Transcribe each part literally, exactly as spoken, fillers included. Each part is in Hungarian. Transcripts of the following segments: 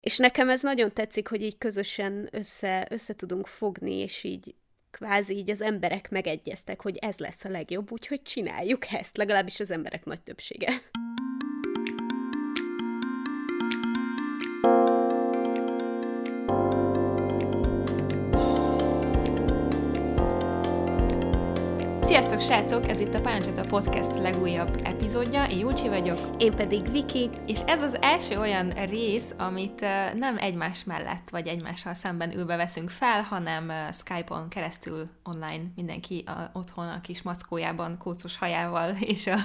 És nekem ez nagyon tetszik, hogy így közösen össze, össze tudunk fogni, és így kvázi így az emberek megegyeztek, hogy ez lesz a legjobb, úgyhogy csináljuk ezt, legalábbis az emberek nagy többsége. Sziasztok, srácok! Ez itt a Parancsata Podcast legújabb epizódja. Én Júlcsi vagyok. Én pedig Viki. És ez az első olyan rész, amit nem egymás mellett, vagy egymással szemben ülve veszünk fel, hanem Skype-on keresztül online mindenki a, otthon a kis mackójában, kócos hajával és a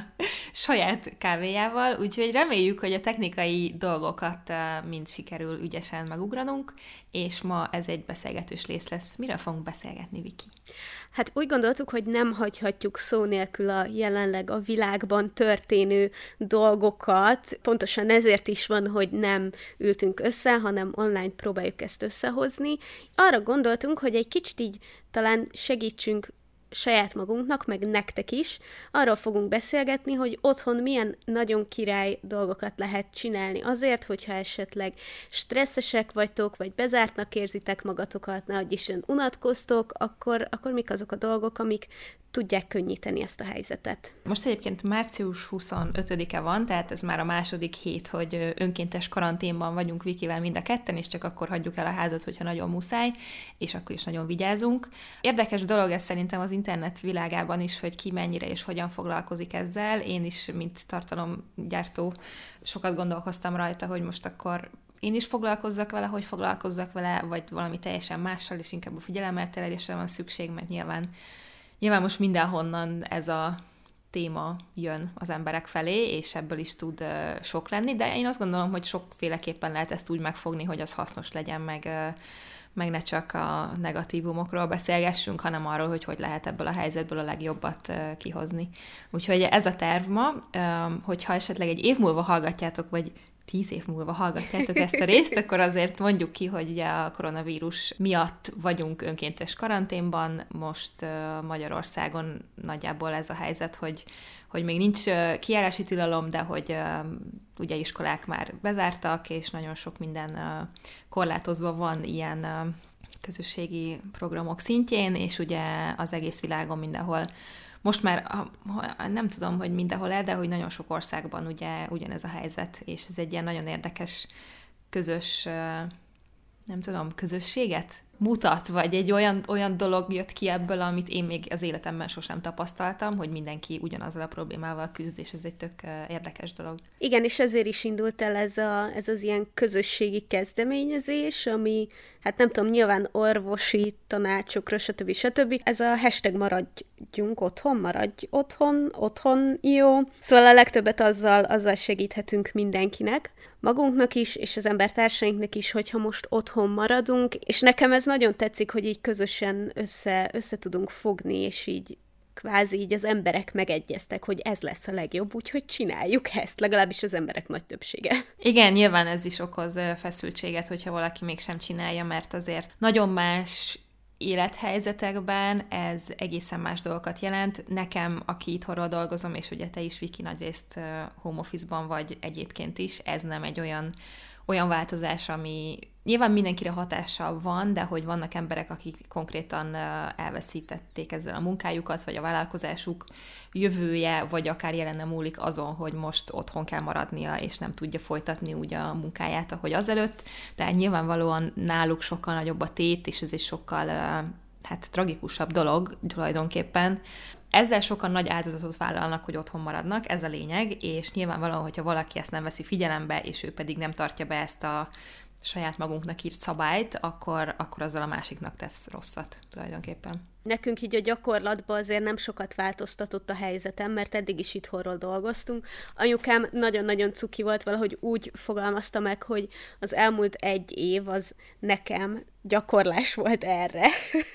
saját kávéjával. Úgyhogy reméljük, hogy a technikai dolgokat mind sikerül ügyesen megugranunk, és ma ez egy beszélgetős rész lesz. Miről fogunk beszélgetni, Viki? Hát úgy gondoltuk, hogy nem hagyhatjuk szó nélkül a jelenleg a világban történő dolgokat. Pontosan ezért is van, hogy nem ültünk össze, hanem online próbáljuk ezt összehozni. Arra gondoltunk, hogy egy kicsit így talán segítsünk saját magunknak, meg nektek is. Arról fogunk beszélgetni, hogy otthon milyen nagyon király dolgokat lehet csinálni azért, hogyha esetleg stresszesek vagytok, vagy bezártnak érzitek magatokat, nehogy is unatkoztok, akkor, akkor mik azok a dolgok, amik tudják könnyíteni ezt a helyzetet. Most egyébként március huszonötödike van, tehát ez már a második hét, hogy önkéntes karanténban vagyunk Vikivel mind a ketten, és csak akkor hagyjuk el a házat, hogyha nagyon muszáj, és akkor is nagyon vigyázunk. Érdekes dolog ez szerintem az internet világában is, hogy ki mennyire és hogyan foglalkozik ezzel. Én is, mint tartalomgyártó, sokat gondolkoztam rajta, hogy most akkor én is foglalkozzak vele, hogy foglalkozzak vele, vagy valami teljesen mással, és inkább a figyelemelterelésre van szükség, mert nyilván Nyilván most mindenhonnan ez a téma jön az emberek felé, és ebből is tud uh, sok lenni, de én azt gondolom, hogy sokféleképpen lehet ezt úgy megfogni, hogy az hasznos legyen, meg, uh, meg ne csak a negatívumokról beszélgessünk, hanem arról, hogy hogy lehet ebből a helyzetből a legjobbat uh, kihozni. Úgyhogy ez a terv ma, um, hogyha esetleg egy év múlva hallgatjátok, vagy tíz év múlva hallgatjátok ezt a részt, akkor azért mondjuk ki, hogy ugye a koronavírus miatt vagyunk önkéntes karanténban, most uh, Magyarországon nagyjából ez a helyzet, hogy, hogy még nincs uh, kijárási tilalom, de hogy uh, ugye iskolák már bezártak, és nagyon sok minden uh, korlátozva van ilyen uh, közösségi programok szintjén, és ugye az egész világon mindenhol most már nem tudom, hogy mindenhol el, de hogy nagyon sok országban ugye ugyanez a helyzet, és ez egy ilyen nagyon érdekes közös, nem tudom, közösséget mutat, vagy egy olyan, olyan dolog jött ki ebből, amit én még az életemben sosem tapasztaltam, hogy mindenki ugyanazzal a problémával küzd, és ez egy tök érdekes dolog. Igen, és ezért is indult el ez, a, ez az ilyen közösségi kezdeményezés, ami, hát nem tudom, nyilván orvosi tanácsokra, stb. stb. Ez a hashtag maradjunk otthon, maradj otthon, otthon jó. Szóval a legtöbbet azzal, azzal segíthetünk mindenkinek, magunknak is, és az embertársainknak is, hogyha most otthon maradunk, és nekem ez nagyon tetszik, hogy így közösen össze, össze tudunk fogni, és így kvázi így az emberek megegyeztek, hogy ez lesz a legjobb, úgyhogy csináljuk ezt, legalábbis az emberek nagy többsége. Igen, nyilván ez is okoz feszültséget, hogyha valaki mégsem csinálja, mert azért nagyon más élethelyzetekben ez egészen más dolgokat jelent. Nekem, aki itthonról dolgozom, és ugye te is, Viki, nagyrészt home office-ban vagy egyébként is, ez nem egy olyan, olyan változás, ami nyilván mindenkire hatással van, de hogy vannak emberek, akik konkrétan elveszítették ezzel a munkájukat, vagy a vállalkozásuk jövője, vagy akár jelenne múlik azon, hogy most otthon kell maradnia, és nem tudja folytatni úgy a munkáját, ahogy azelőtt. Tehát nyilvánvalóan náluk sokkal nagyobb a tét, és ez egy sokkal hát, tragikusabb dolog tulajdonképpen. Ezzel sokan nagy áldozatot vállalnak, hogy otthon maradnak, ez a lényeg, és nyilvánvalóan, hogyha valaki ezt nem veszi figyelembe, és ő pedig nem tartja be ezt a saját magunknak írt szabályt, akkor, akkor azzal a másiknak tesz rosszat tulajdonképpen. Nekünk így a gyakorlatban azért nem sokat változtatott a helyzetem, mert eddig is itthonról dolgoztunk. Anyukám nagyon-nagyon cuki volt, valahogy úgy fogalmazta meg, hogy az elmúlt egy év az nekem gyakorlás volt erre.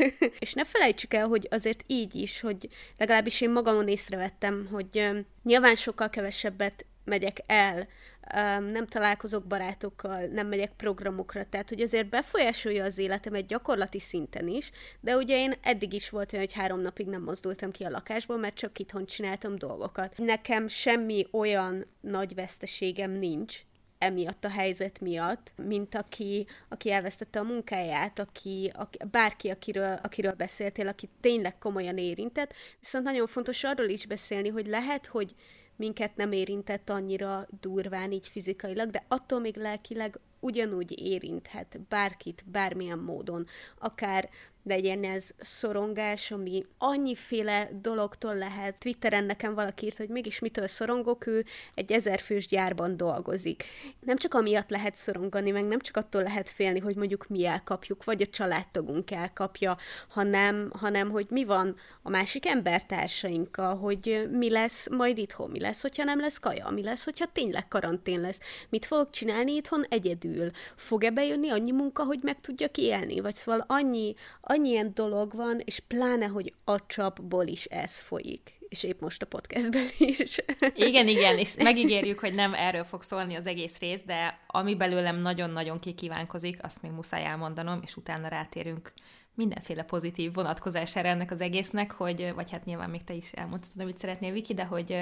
És ne felejtsük el, hogy azért így is, hogy legalábbis én magamon észrevettem, hogy nyilván sokkal kevesebbet megyek el, nem találkozok barátokkal, nem megyek programokra, tehát hogy azért befolyásolja az életemet gyakorlati szinten is, de ugye én eddig is volt olyan, hogy három napig nem mozdultam ki a lakásból, mert csak itthon csináltam dolgokat. Nekem semmi olyan nagy veszteségem nincs, emiatt a helyzet miatt, mint aki, aki elvesztette a munkáját, aki, aki, bárki, akiről, akiről beszéltél, aki tényleg komolyan érintett, viszont nagyon fontos arról is beszélni, hogy lehet, hogy minket nem érintett annyira durván így fizikailag, de attól még lelkileg ugyanúgy érinthet bárkit, bármilyen módon, akár legyen ez szorongás, ami annyiféle dologtól lehet. Twitteren nekem valaki írt, hogy mégis mitől szorongok, ő egy ezerfős gyárban dolgozik. Nem csak amiatt lehet szorongani, meg nem csak attól lehet félni, hogy mondjuk mi elkapjuk, vagy a családtagunk elkapja, hanem, hanem hogy mi van a másik embertársainkkal, hogy mi lesz majd itthon, mi lesz, hogyha nem lesz kaja, mi lesz, hogyha tényleg karantén lesz, mit fogok csinálni itthon egyedül, fog-e bejönni annyi munka, hogy meg tudjak élni, vagy szóval annyi Annyi ilyen dolog van, és pláne, hogy a csapból is ez folyik. És épp most a podcastben is. Igen, igen, és megígérjük, hogy nem erről fog szólni az egész rész, de ami belőlem nagyon-nagyon kikívánkozik, azt még muszáj elmondanom, és utána rátérünk mindenféle pozitív vonatkozására ennek az egésznek, hogy, vagy hát nyilván még te is elmondhatod, amit szeretnél, Viki, de hogy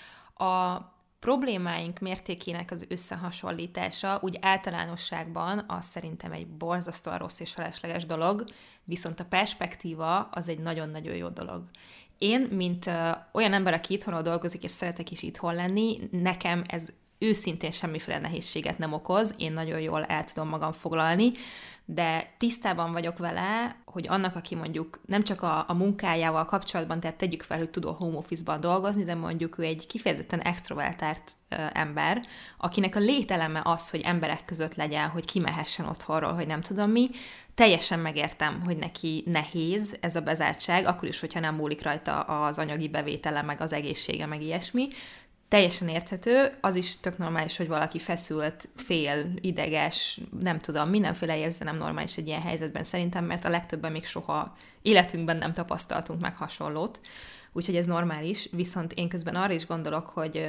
a problémáink mértékének az összehasonlítása úgy általánosságban az szerintem egy borzasztóan rossz és felesleges dolog, viszont a perspektíva az egy nagyon-nagyon jó dolog. Én, mint uh, olyan ember, aki itthonról dolgozik, és szeretek is itthon lenni, nekem ez őszintén semmiféle nehézséget nem okoz, én nagyon jól el tudom magam foglalni, de tisztában vagyok vele, hogy annak, aki mondjuk nem csak a, a munkájával kapcsolatban, tehát tegyük fel, hogy tud a home office-ban dolgozni, de mondjuk ő egy kifejezetten extrovertált ö, ember, akinek a lételeme az, hogy emberek között legyen, hogy kimehessen otthonról, hogy nem tudom mi, teljesen megértem, hogy neki nehéz ez a bezártság, akkor is, hogyha nem múlik rajta az anyagi bevétele, meg az egészsége, meg ilyesmi. Teljesen érthető, az is tök normális, hogy valaki feszült, fél, ideges, nem tudom, mindenféle érzelem normális egy ilyen helyzetben szerintem, mert a legtöbben még soha életünkben nem tapasztaltunk meg hasonlót, úgyhogy ez normális, viszont én közben arra is gondolok, hogy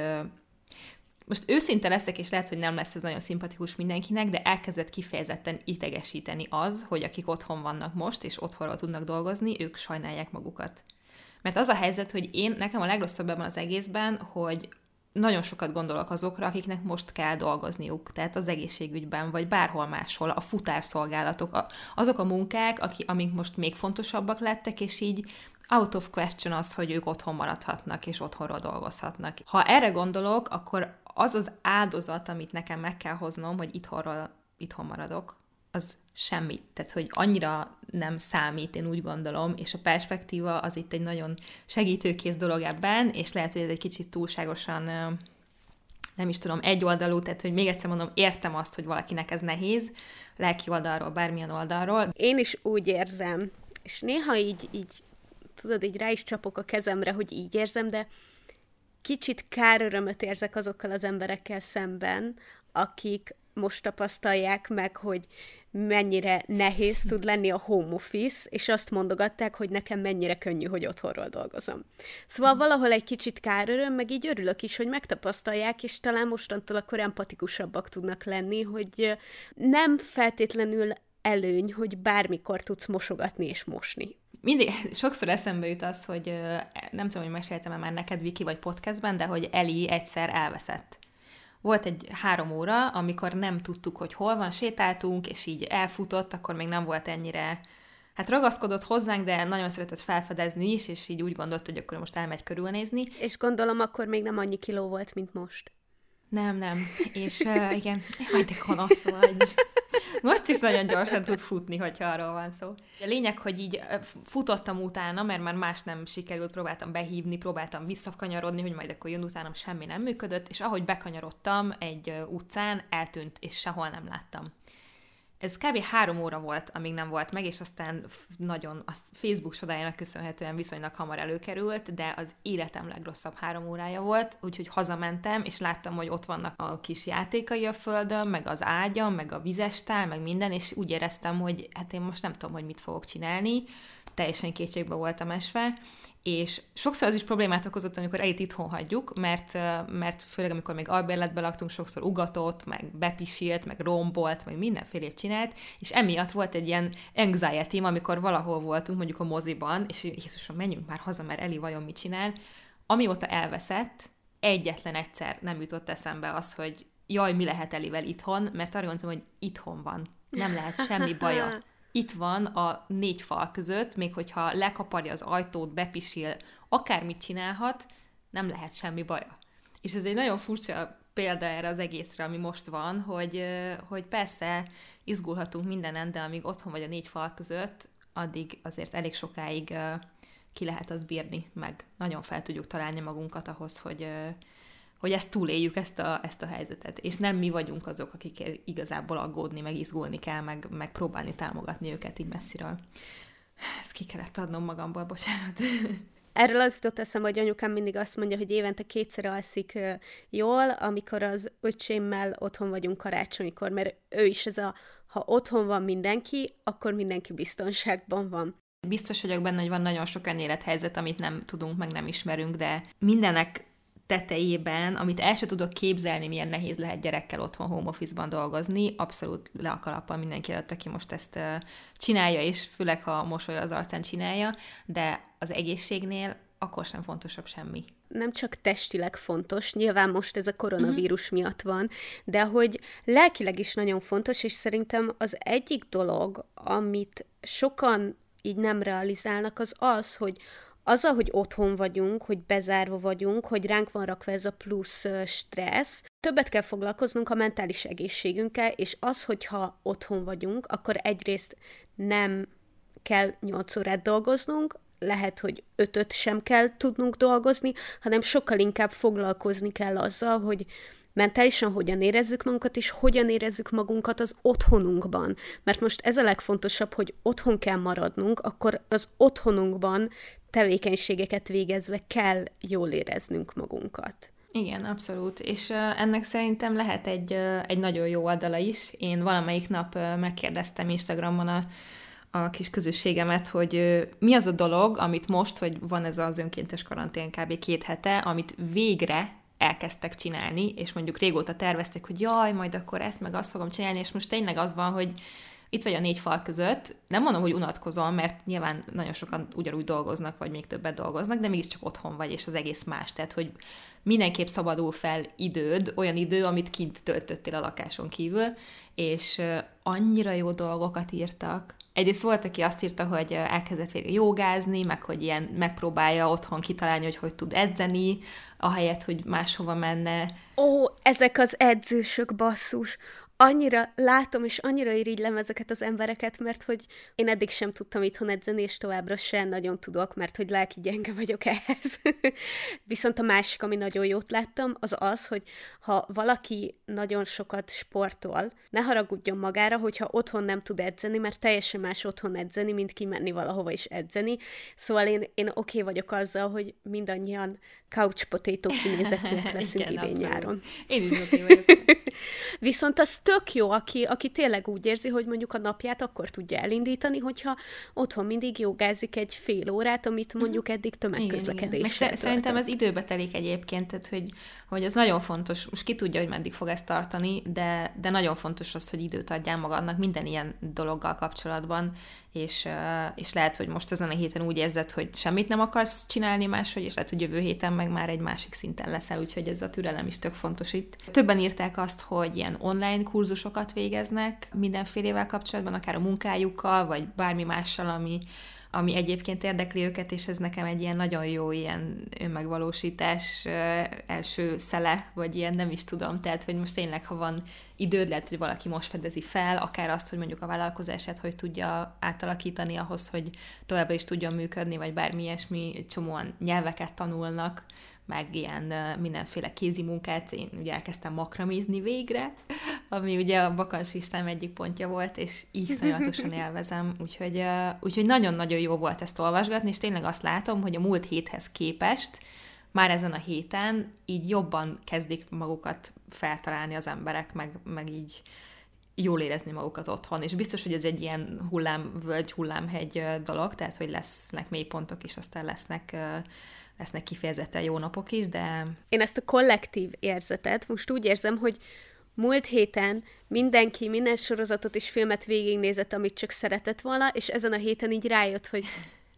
most őszinte leszek, és lehet, hogy nem lesz ez nagyon szimpatikus mindenkinek, de elkezdett kifejezetten idegesíteni az, hogy akik otthon vannak most, és otthonról tudnak dolgozni, ők sajnálják magukat. Mert az a helyzet, hogy én, nekem a legrosszabb ebben az egészben, hogy nagyon sokat gondolok azokra, akiknek most kell dolgozniuk, tehát az egészségügyben, vagy bárhol máshol, a futárszolgálatok, a, azok a munkák, akik, amik most még fontosabbak lettek, és így out of question az, hogy ők otthon maradhatnak, és otthonról dolgozhatnak. Ha erre gondolok, akkor az az áldozat, amit nekem meg kell hoznom, hogy itthonról, itthon maradok, az semmit. Tehát, hogy annyira nem számít, én úgy gondolom, és a perspektíva az itt egy nagyon segítőkész dolog ebben, és lehet, hogy ez egy kicsit túlságosan, nem is tudom, egyoldalú, tehát, hogy még egyszer mondom, értem azt, hogy valakinek ez nehéz, lelki oldalról, bármilyen oldalról. Én is úgy érzem, és néha így, így tudod, így rá is csapok a kezemre, hogy így érzem, de kicsit kárörömöt érzek azokkal az emberekkel szemben, akik most tapasztalják meg, hogy mennyire nehéz tud lenni a home office, és azt mondogatták, hogy nekem mennyire könnyű, hogy otthonról dolgozom. Szóval valahol egy kicsit káröröm, meg így örülök is, hogy megtapasztalják, és talán mostantól akkor empatikusabbak tudnak lenni, hogy nem feltétlenül előny, hogy bármikor tudsz mosogatni és mosni. Mindig, sokszor eszembe jut az, hogy nem tudom, hogy meséltem-e már neked, Viki, vagy podcastben, de hogy Eli egyszer elveszett. Volt egy három óra, amikor nem tudtuk, hogy hol van, sétáltunk, és így elfutott, akkor még nem volt ennyire, hát ragaszkodott hozzánk, de nagyon szeretett felfedezni is, és így úgy gondolt, hogy akkor most elmegy körülnézni. És gondolom, akkor még nem annyi kiló volt, mint most. Nem, nem. És uh, igen, majd de gonosz vagy. Most is nagyon gyorsan tud futni, hogyha arról van szó. A lényeg, hogy így futottam utána, mert már más nem sikerült, próbáltam behívni, próbáltam visszakanyarodni, hogy majd akkor jön utánam, semmi nem működött, és ahogy bekanyarodtam egy utcán, eltűnt, és sehol nem láttam. Ez kb. három óra volt, amíg nem volt meg, és aztán nagyon, a Facebook csodájának köszönhetően viszonylag hamar előkerült, de az életem legrosszabb három órája volt, úgyhogy hazamentem, és láttam, hogy ott vannak a kis játékai a földön, meg az ágyam, meg a vizestál, meg minden, és úgy éreztem, hogy hát én most nem tudom, hogy mit fogok csinálni, teljesen kétségbe voltam esve, és sokszor az is problémát okozott, amikor Elit itthon hagyjuk, mert, mert főleg amikor még albérletben laktunk, sokszor ugatott, meg bepisilt, meg rombolt, meg mindenfélét csinált, és emiatt volt egy ilyen anxiety, amikor valahol voltunk, mondjuk a moziban, és Jézusom, menjünk már haza, mert Eli vajon mit csinál. Amióta elveszett, egyetlen egyszer nem jutott eszembe az, hogy jaj, mi lehet Elivel itthon, mert arra gondoltam, hogy itthon van. Nem lehet semmi baja. Itt van a négy fal között, még hogyha lekaparja az ajtót, bepisil, akármit csinálhat, nem lehet semmi baja. És ez egy nagyon furcsa példa erre az egészre, ami most van, hogy, hogy persze izgulhatunk mindenen, de amíg otthon vagy a négy fal között, addig azért elég sokáig ki lehet az bírni, meg nagyon fel tudjuk találni magunkat ahhoz, hogy, hogy ezt túléljük, ezt a, ezt a helyzetet. És nem mi vagyunk azok, akik igazából aggódni, meg izgulni kell, meg, meg próbálni támogatni őket így messziről. Ezt ki kellett adnom magamból, bocsánat. Erről az jutott eszembe, hogy anyukám mindig azt mondja, hogy évente kétszer alszik jól, amikor az öcsémmel otthon vagyunk karácsonykor, mert ő is ez a, ha otthon van mindenki, akkor mindenki biztonságban van. Biztos vagyok benne, hogy van nagyon sok olyan élethelyzet, amit nem tudunk, meg nem ismerünk, de mindenek tetejében, amit el sem tudok képzelni, milyen nehéz lehet gyerekkel otthon home office-ban dolgozni, abszolút le a kalappal mindenki előtt, aki most ezt csinálja, és főleg, ha mosoly az arcán csinálja, de az egészségnél akkor sem fontosabb semmi. Nem csak testileg fontos, nyilván most ez a koronavírus uh-huh. miatt van, de hogy lelkileg is nagyon fontos, és szerintem az egyik dolog, amit sokan így nem realizálnak, az az, hogy az, hogy otthon vagyunk, hogy bezárva vagyunk, hogy ránk van rakva ez a plusz stressz, többet kell foglalkoznunk a mentális egészségünkkel, és az, hogyha otthon vagyunk, akkor egyrészt nem kell nyolc órát dolgoznunk, lehet, hogy ötöt sem kell tudnunk dolgozni, hanem sokkal inkább foglalkozni kell azzal, hogy mentálisan hogyan érezzük magunkat, és hogyan érezzük magunkat az otthonunkban. Mert most ez a legfontosabb, hogy otthon kell maradnunk, akkor az otthonunkban tevékenységeket végezve kell jól éreznünk magunkat. Igen, abszolút. És uh, ennek szerintem lehet egy, uh, egy nagyon jó oldala is. Én valamelyik nap uh, megkérdeztem Instagramon a, a kis közösségemet, hogy uh, mi az a dolog, amit most, hogy van ez az önkéntes karantén kb. Két hete, amit végre elkezdtek csinálni, és mondjuk régóta tervezték, hogy jaj, majd akkor ezt meg azt fogom csinálni, és most tényleg az van, hogy itt vagy a négy fal között, nem mondom, hogy unatkozom, mert nyilván nagyon sokan ugyanúgy dolgoznak, vagy még többet dolgoznak, de mégiscsak otthon vagy, és az egész más. Tehát, hogy mindenképp szabadul fel időd, olyan idő, amit kint töltöttél a lakáson kívül, és annyira jó dolgokat írtak. Egyrészt volt, aki azt írta, hogy elkezdett végre jogázni, meg hogy ilyen megpróbálja otthon kitalálni, hogy hogy tud edzeni, ahelyett, hogy máshova menne. Ó, ezek az edzősök, basszus! Annyira látom, és annyira irigylem ezeket az embereket, mert hogy én eddig sem tudtam itthon edzeni, és továbbra sem nagyon tudok, mert hogy lelki gyenge vagyok ehhez. Viszont a másik, ami nagyon jót láttam, az az, hogy ha valaki nagyon sokat sportol, ne haragudjon magára, hogyha otthon nem tud edzeni, mert teljesen más otthon edzeni, mint kimenni valahova is edzeni. Szóval én, én oké okay vagyok azzal, hogy mindannyian couch potato kinézetűek leszünk idén-nyáron. Én is oké vagyok. Viszont az tök jó, aki, aki tényleg úgy érzi, hogy mondjuk a napját akkor tudja elindítani, hogyha otthon mindig jogázik egy fél órát, amit mondjuk eddig tömegközlekedéssel töltött. Szerintem ez időbe telik egyébként, tehát hogy, hogy ez nagyon fontos, most ki tudja, hogy meddig fog ezt tartani, de, de nagyon fontos az, hogy időt adjál magadnak minden ilyen dologgal kapcsolatban, és, és lehet, hogy most ezen a héten úgy érzed, hogy semmit nem akarsz csinálni máshogy, és lehet, hogy jövő héten meg már egy másik szinten leszel, úgyhogy ez a türelem is tök fontos itt. Többen írták azt, hogy ilyen online kurzusokat végeznek mindenfélével kapcsolatban, akár a munkájukkal, vagy bármi mással, ami, ami egyébként érdekli őket, és ez nekem egy ilyen nagyon jó ilyen önmegvalósítás első szele, vagy ilyen nem is tudom, tehát, hogy most tényleg, ha van időd, lehet, hogy valaki most fedezi fel, akár azt, hogy mondjuk a vállalkozását hogy tudja átalakítani ahhoz, hogy továbbra is tudjon működni, vagy bármi ilyesmi, csomóan nyelveket tanulnak, meg ilyen mindenféle kézi munkát. Én ugye elkezdtem makramézni végre, ami ugye a bakancslistám egyik pontja volt, és iszonyatosan élvezem, úgyhogy, úgyhogy nagyon-nagyon jó volt ezt olvasgatni, és tényleg azt látom, hogy a múlt héthez képest már ezen a héten így jobban kezdik magukat feltalálni az emberek, meg, meg így jól érezni magukat otthon, és biztos, hogy ez egy ilyen hullámvölgy, hullámhegy dolog, tehát, hogy lesznek mélypontok, és aztán lesznek lesznek kifejezetten jó napok is, de... Én ezt a kollektív érzetet most úgy érzem, hogy múlt héten mindenki minden sorozatot és filmet végignézett, amit csak szeretett volna, és ezen a héten így rájött, hogy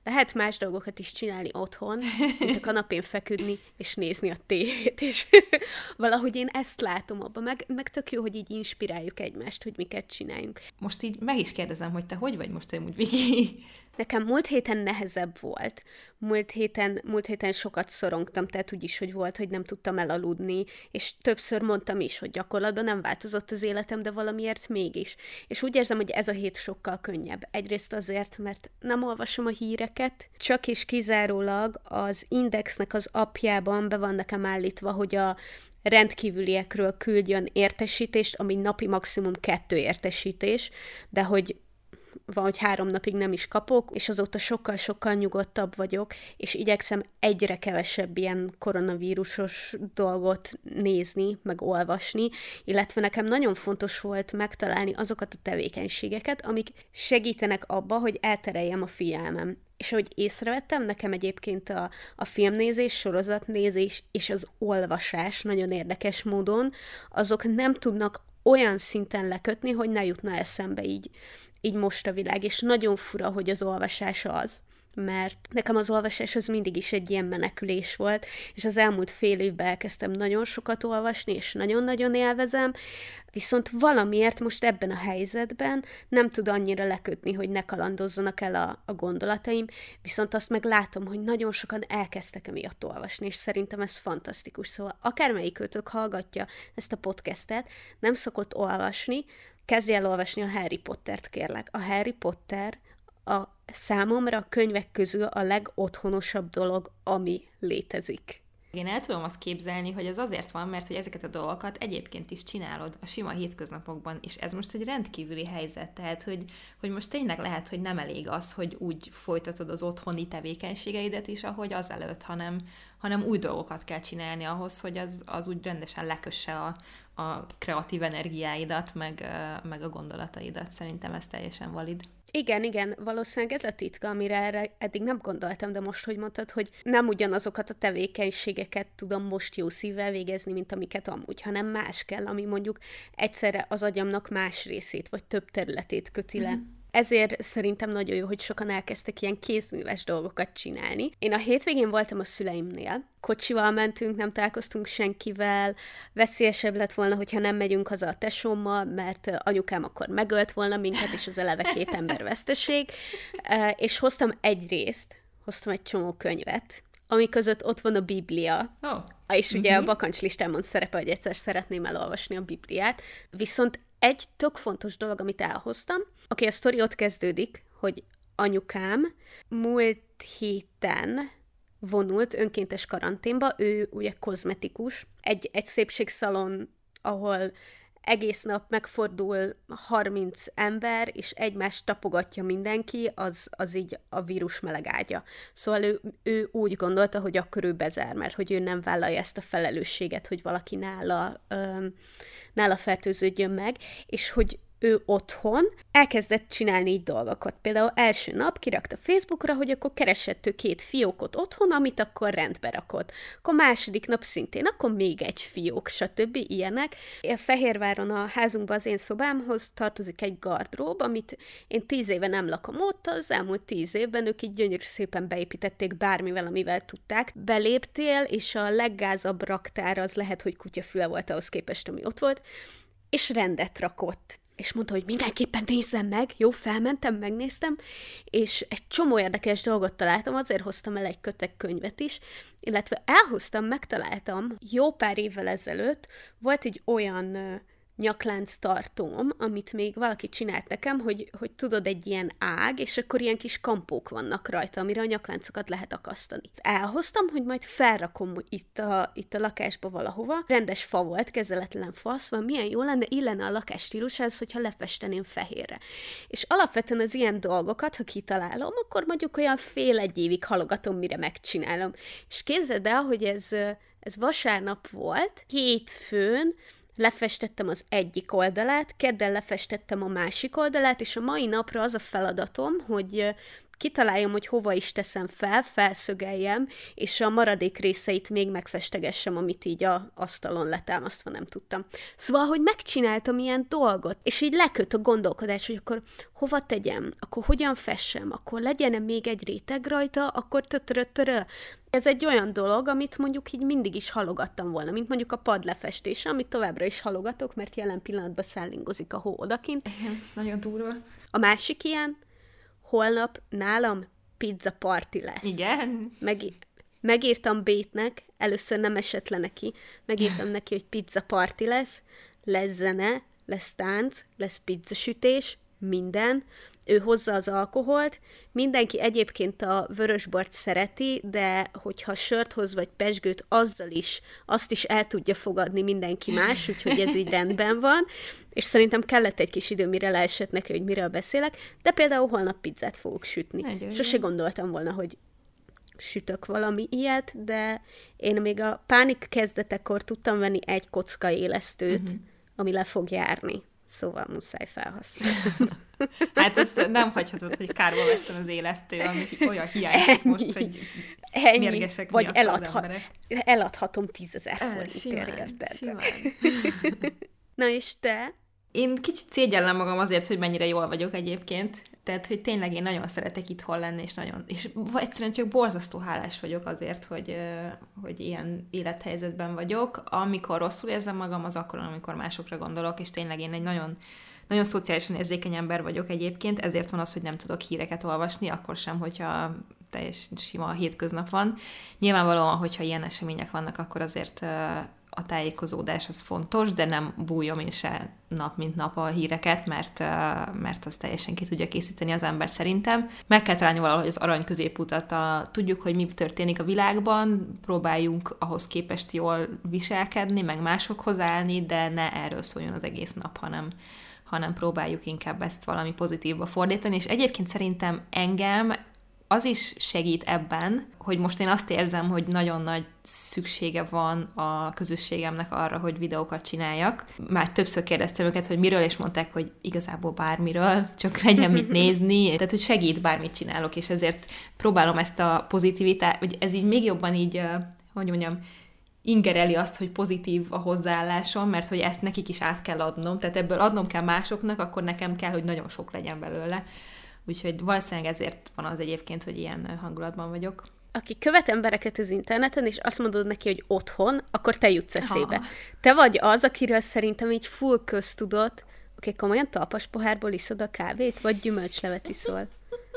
lehet más dolgokat is csinálni otthon, mint a kanapén feküdni, és nézni a tévét, és valahogy én ezt látom abban, meg, meg tök jó, hogy így inspiráljuk egymást, hogy miket csináljunk. Most így meg is kérdezem, hogy te hogy vagy most amúgy, Viki? Nekem múlt héten nehezebb volt. Múlt héten, múlt héten sokat szorongtam, tehát úgyis, hogy volt, hogy nem tudtam elaludni, és többször mondtam is, hogy gyakorlatban nem változott az életem, de valamiért mégis. És úgy érzem, hogy ez a hét sokkal könnyebb. Egyrészt azért, mert nem olvasom a híreket, csak és kizárólag az Indexnek az appjában be van nekem állítva, hogy a rendkívüliekről küldjön értesítést, ami napi maximum kettő értesítés, de hogy van, hogy három napig nem is kapok, és azóta sokkal-sokkal nyugodtabb vagyok, és igyekszem egyre kevesebb ilyen koronavírusos dolgot nézni, meg olvasni, illetve nekem nagyon fontos volt megtalálni azokat a tevékenységeket, amik segítenek abba, hogy eltereljem a figyelmem. És ahogy észrevettem, nekem egyébként a, a filmnézés, sorozatnézés és az olvasás nagyon érdekes módon, azok nem tudnak olyan szinten lekötni, hogy ne jutna eszembe így így most a világ, és nagyon fura, hogy az olvasás az, mert nekem az olvasás az mindig is egy ilyen menekülés volt, és az elmúlt fél évben elkezdtem nagyon sokat olvasni, és nagyon-nagyon élvezem, viszont valamiért most ebben a helyzetben nem tud annyira lekötni, hogy ne kalandozzanak el a, a gondolataim, viszont azt meg látom, hogy nagyon sokan elkezdtek emiatt olvasni, és szerintem ez fantasztikus. Szóval akármelyikőtök hallgatja ezt a podcastet, nem szokott olvasni, kezdj el olvasni a Harry Pottert, kérlek. A Harry Potter a számomra a könyvek közül a legotthonosabb dolog, ami létezik. Én el tudom azt képzelni, hogy ez azért van, mert hogy ezeket a dolgokat egyébként is csinálod a sima hétköznapokban, és ez most egy rendkívüli helyzet, tehát hogy, hogy most tényleg lehet, hogy nem elég az, hogy úgy folytatod az otthoni tevékenységeidet is, ahogy azelőtt, hanem, hanem új dolgokat kell csinálni ahhoz, hogy az, az úgy rendesen lekösse a, a kreatív energiáidat, meg, meg a gondolataidat. Szerintem ez teljesen valid. Igen, igen, valószínűleg ez a titka, amire erre eddig nem gondoltam, de most, hogy mondtad, hogy nem ugyanazokat a tevékenységeket tudom most jó szívvel végezni, mint amiket amúgy, hanem más kell, ami mondjuk egyszerre az agyamnak más részét, vagy több területét köti le. Mm. Ezért szerintem nagyon jó, hogy sokan elkezdtek ilyen kézműves dolgokat csinálni. Én a hétvégén voltam a szüleimnél, kocsival mentünk, nem találkoztunk senkivel, veszélyesebb lett volna, hogyha nem megyünk haza a tesómmal, mert anyukám akkor megölt volna minket, és az eleve két ember veszteség, és hoztam egy részt, hoztam egy csomó könyvet, ami között ott van a Biblia, oh. és ugye mm-hmm. a bakancslistámon szerepel, hogy egyszer szeretném elolvasni a Bibliát, viszont egy tök fontos dolog, amit elhoztam. Oké, okay, a sztori ott kezdődik, hogy anyukám múlt héten vonult önkéntes karanténba, ő ugye kozmetikus, egy, egy szépségszalon, ahol egész nap megfordul harminc ember, és egymást tapogatja mindenki, az, az így a vírus meleg ágya. Szóval ő, ő úgy gondolta, hogy akkor ő bezár, mert hogy ő nem vállalja ezt a felelősséget, hogy valaki nála, ö, nála fertőződjön meg, és hogy ő otthon elkezdett csinálni így dolgokat. Például első nap kirakta Facebookra, hogy akkor keresett ő két fiókot otthon, amit akkor rendbe rakott. Akkor második nap szintén, akkor még egy fiók, stb. Ilyenek. A Fehérváron a házunkban az én szobámhoz tartozik egy gardrób, amit én tíz éve nem lakom ott, az elmúlt tíz évben ők így gyönyörű szépen beépítették bármivel, amivel tudták. Beléptél, és a leggázabb raktár az lehet, hogy kutyafüle volt ahhoz képest, ami ott volt, és rendet rakott. És mondta, hogy mindenképpen nézzem meg, jó, felmentem, megnéztem, és egy csomó érdekes dolgot találtam, azért hoztam el egy kötek könyvet is, illetve elhoztam, megtaláltam, jó pár évvel ezelőtt volt egy olyan nyaklánc tartóm, amit még valaki csinált nekem, hogy, hogy tudod, egy ilyen ág, és akkor ilyen kis kampók vannak rajta, amire a nyakláncokat lehet akasztani. Elhoztam, hogy majd felrakom itt a, itt a lakásba valahova. Rendes fa volt, kezeletlen fa, szóval milyen jó lenne, illene a lakás stílusához, hogyha lefesteném fehérre. És alapvetően az ilyen dolgokat, ha kitalálom, akkor mondjuk olyan fél egy évig halogatom, mire megcsinálom. És képzeld el, hogy ez, ez vasárnap volt, hétfőn lefestettem az egyik oldalát, kedden lefestettem a másik oldalát, és a mai napra az a feladatom, hogy kitaláljam, hogy hova is teszem fel, felszögeljem, és a maradék részeit még megfestegessem, amit így a asztalon letámasztva nem tudtam. Szóval, hogy megcsináltam ilyen dolgot, és így leköt a gondolkodás, hogy akkor hova tegyem, akkor hogyan fessem, akkor legyen még egy réteg rajta, akkor tötörötörö. Ez egy olyan dolog, amit mondjuk így mindig is halogattam volna, mint mondjuk a padlefestése, amit továbbra is halogatok, mert jelen pillanatban szállingozik a hó odakint. Nagyon durva. A másik ilyen, holnap nálam pizza party lesz. Igen? Meg, megírtam Bétnek, először nem esett le neki, megírtam neki, hogy pizza party lesz, lesz zene, lesz tánc, lesz pizzasütés, minden. Ő hozza az alkoholt, mindenki egyébként a vörösbort szereti, de hogyha sört hoz vagy pezsgőt, azzal is, azt is el tudja fogadni mindenki más, úgyhogy ez így rendben van, és szerintem kellett egy kis idő, mire leesett neki, hogy miről beszélek, de például holnap pizzát fogok sütni. Nagyon Sose jó. gondoltam volna, hogy sütök valami ilyet, de én még a pánik kezdetekor tudtam venni egy kocka élesztőt, uh-huh. ami le fog járni. Szóval muszáj felhasználni. Hát ezt nem hagyhatod, hogy kárba veszem az élesztő, ami olyan hiányzik most, hogy ennyi. Mérgesek vagy miatt eladha- az emberek. eladhatom tízezer forintért, érted? Na és te? Én kicsit szégyellem magam azért, hogy mennyire jól vagyok egyébként. Tehát, hogy tényleg én nagyon szeretek itthon lenni, és nagyon, és egyszerűen csak borzasztó hálás vagyok azért, hogy, hogy ilyen élethelyzetben vagyok. Amikor rosszul érzem magam, az akkor, amikor másokra gondolok, és tényleg én egy nagyon, nagyon szociálisan érzékeny ember vagyok egyébként, ezért van az, hogy nem tudok híreket olvasni, akkor sem, hogyha teljesen sima a hétköznap van. Nyilvánvalóan, hogyha ilyen események vannak, akkor azért a tájékozódás az fontos, de nem bújom én se nap mint nap a híreket, mert, mert az teljesen ki tudja készíteni az ember szerintem. Meg kell találni valahogy az arany középutat. A, tudjuk, hogy mi történik a világban, próbáljunk ahhoz képest jól viselkedni, meg másokhoz állni, de ne erről szóljon az egész nap, hanem, hanem próbáljuk inkább ezt valami pozitívba fordítani. És egyébként szerintem engem az is segít ebben, hogy most én azt érzem, hogy nagyon nagy szüksége van a közösségemnek arra, hogy videókat csináljak. Már többször kérdeztem őket, hogy miről, és mondták, hogy igazából bármiről, csak legyen mit nézni, tehát hogy segít, bármit csinálok, és ezért próbálom ezt a pozitivitást, vagy ez így még jobban így, hogy mondjam, ingereli azt, hogy pozitív a hozzáállásom, mert hogy ezt nekik is át kell adnom, tehát ebből adnom kell másoknak, akkor nekem kell, hogy nagyon sok legyen belőle. Úgyhogy valószínűleg ezért van az egyébként, hogy ilyen hangulatban vagyok. Aki követ embereket az interneten, és azt mondod neki, hogy otthon, akkor te jutsz eszébe. Ha. Te vagy az, akiről szerintem így full köztudott, oké, okay, komolyan talpas pohárból iszod a kávét, vagy gyümölcslevet iszol?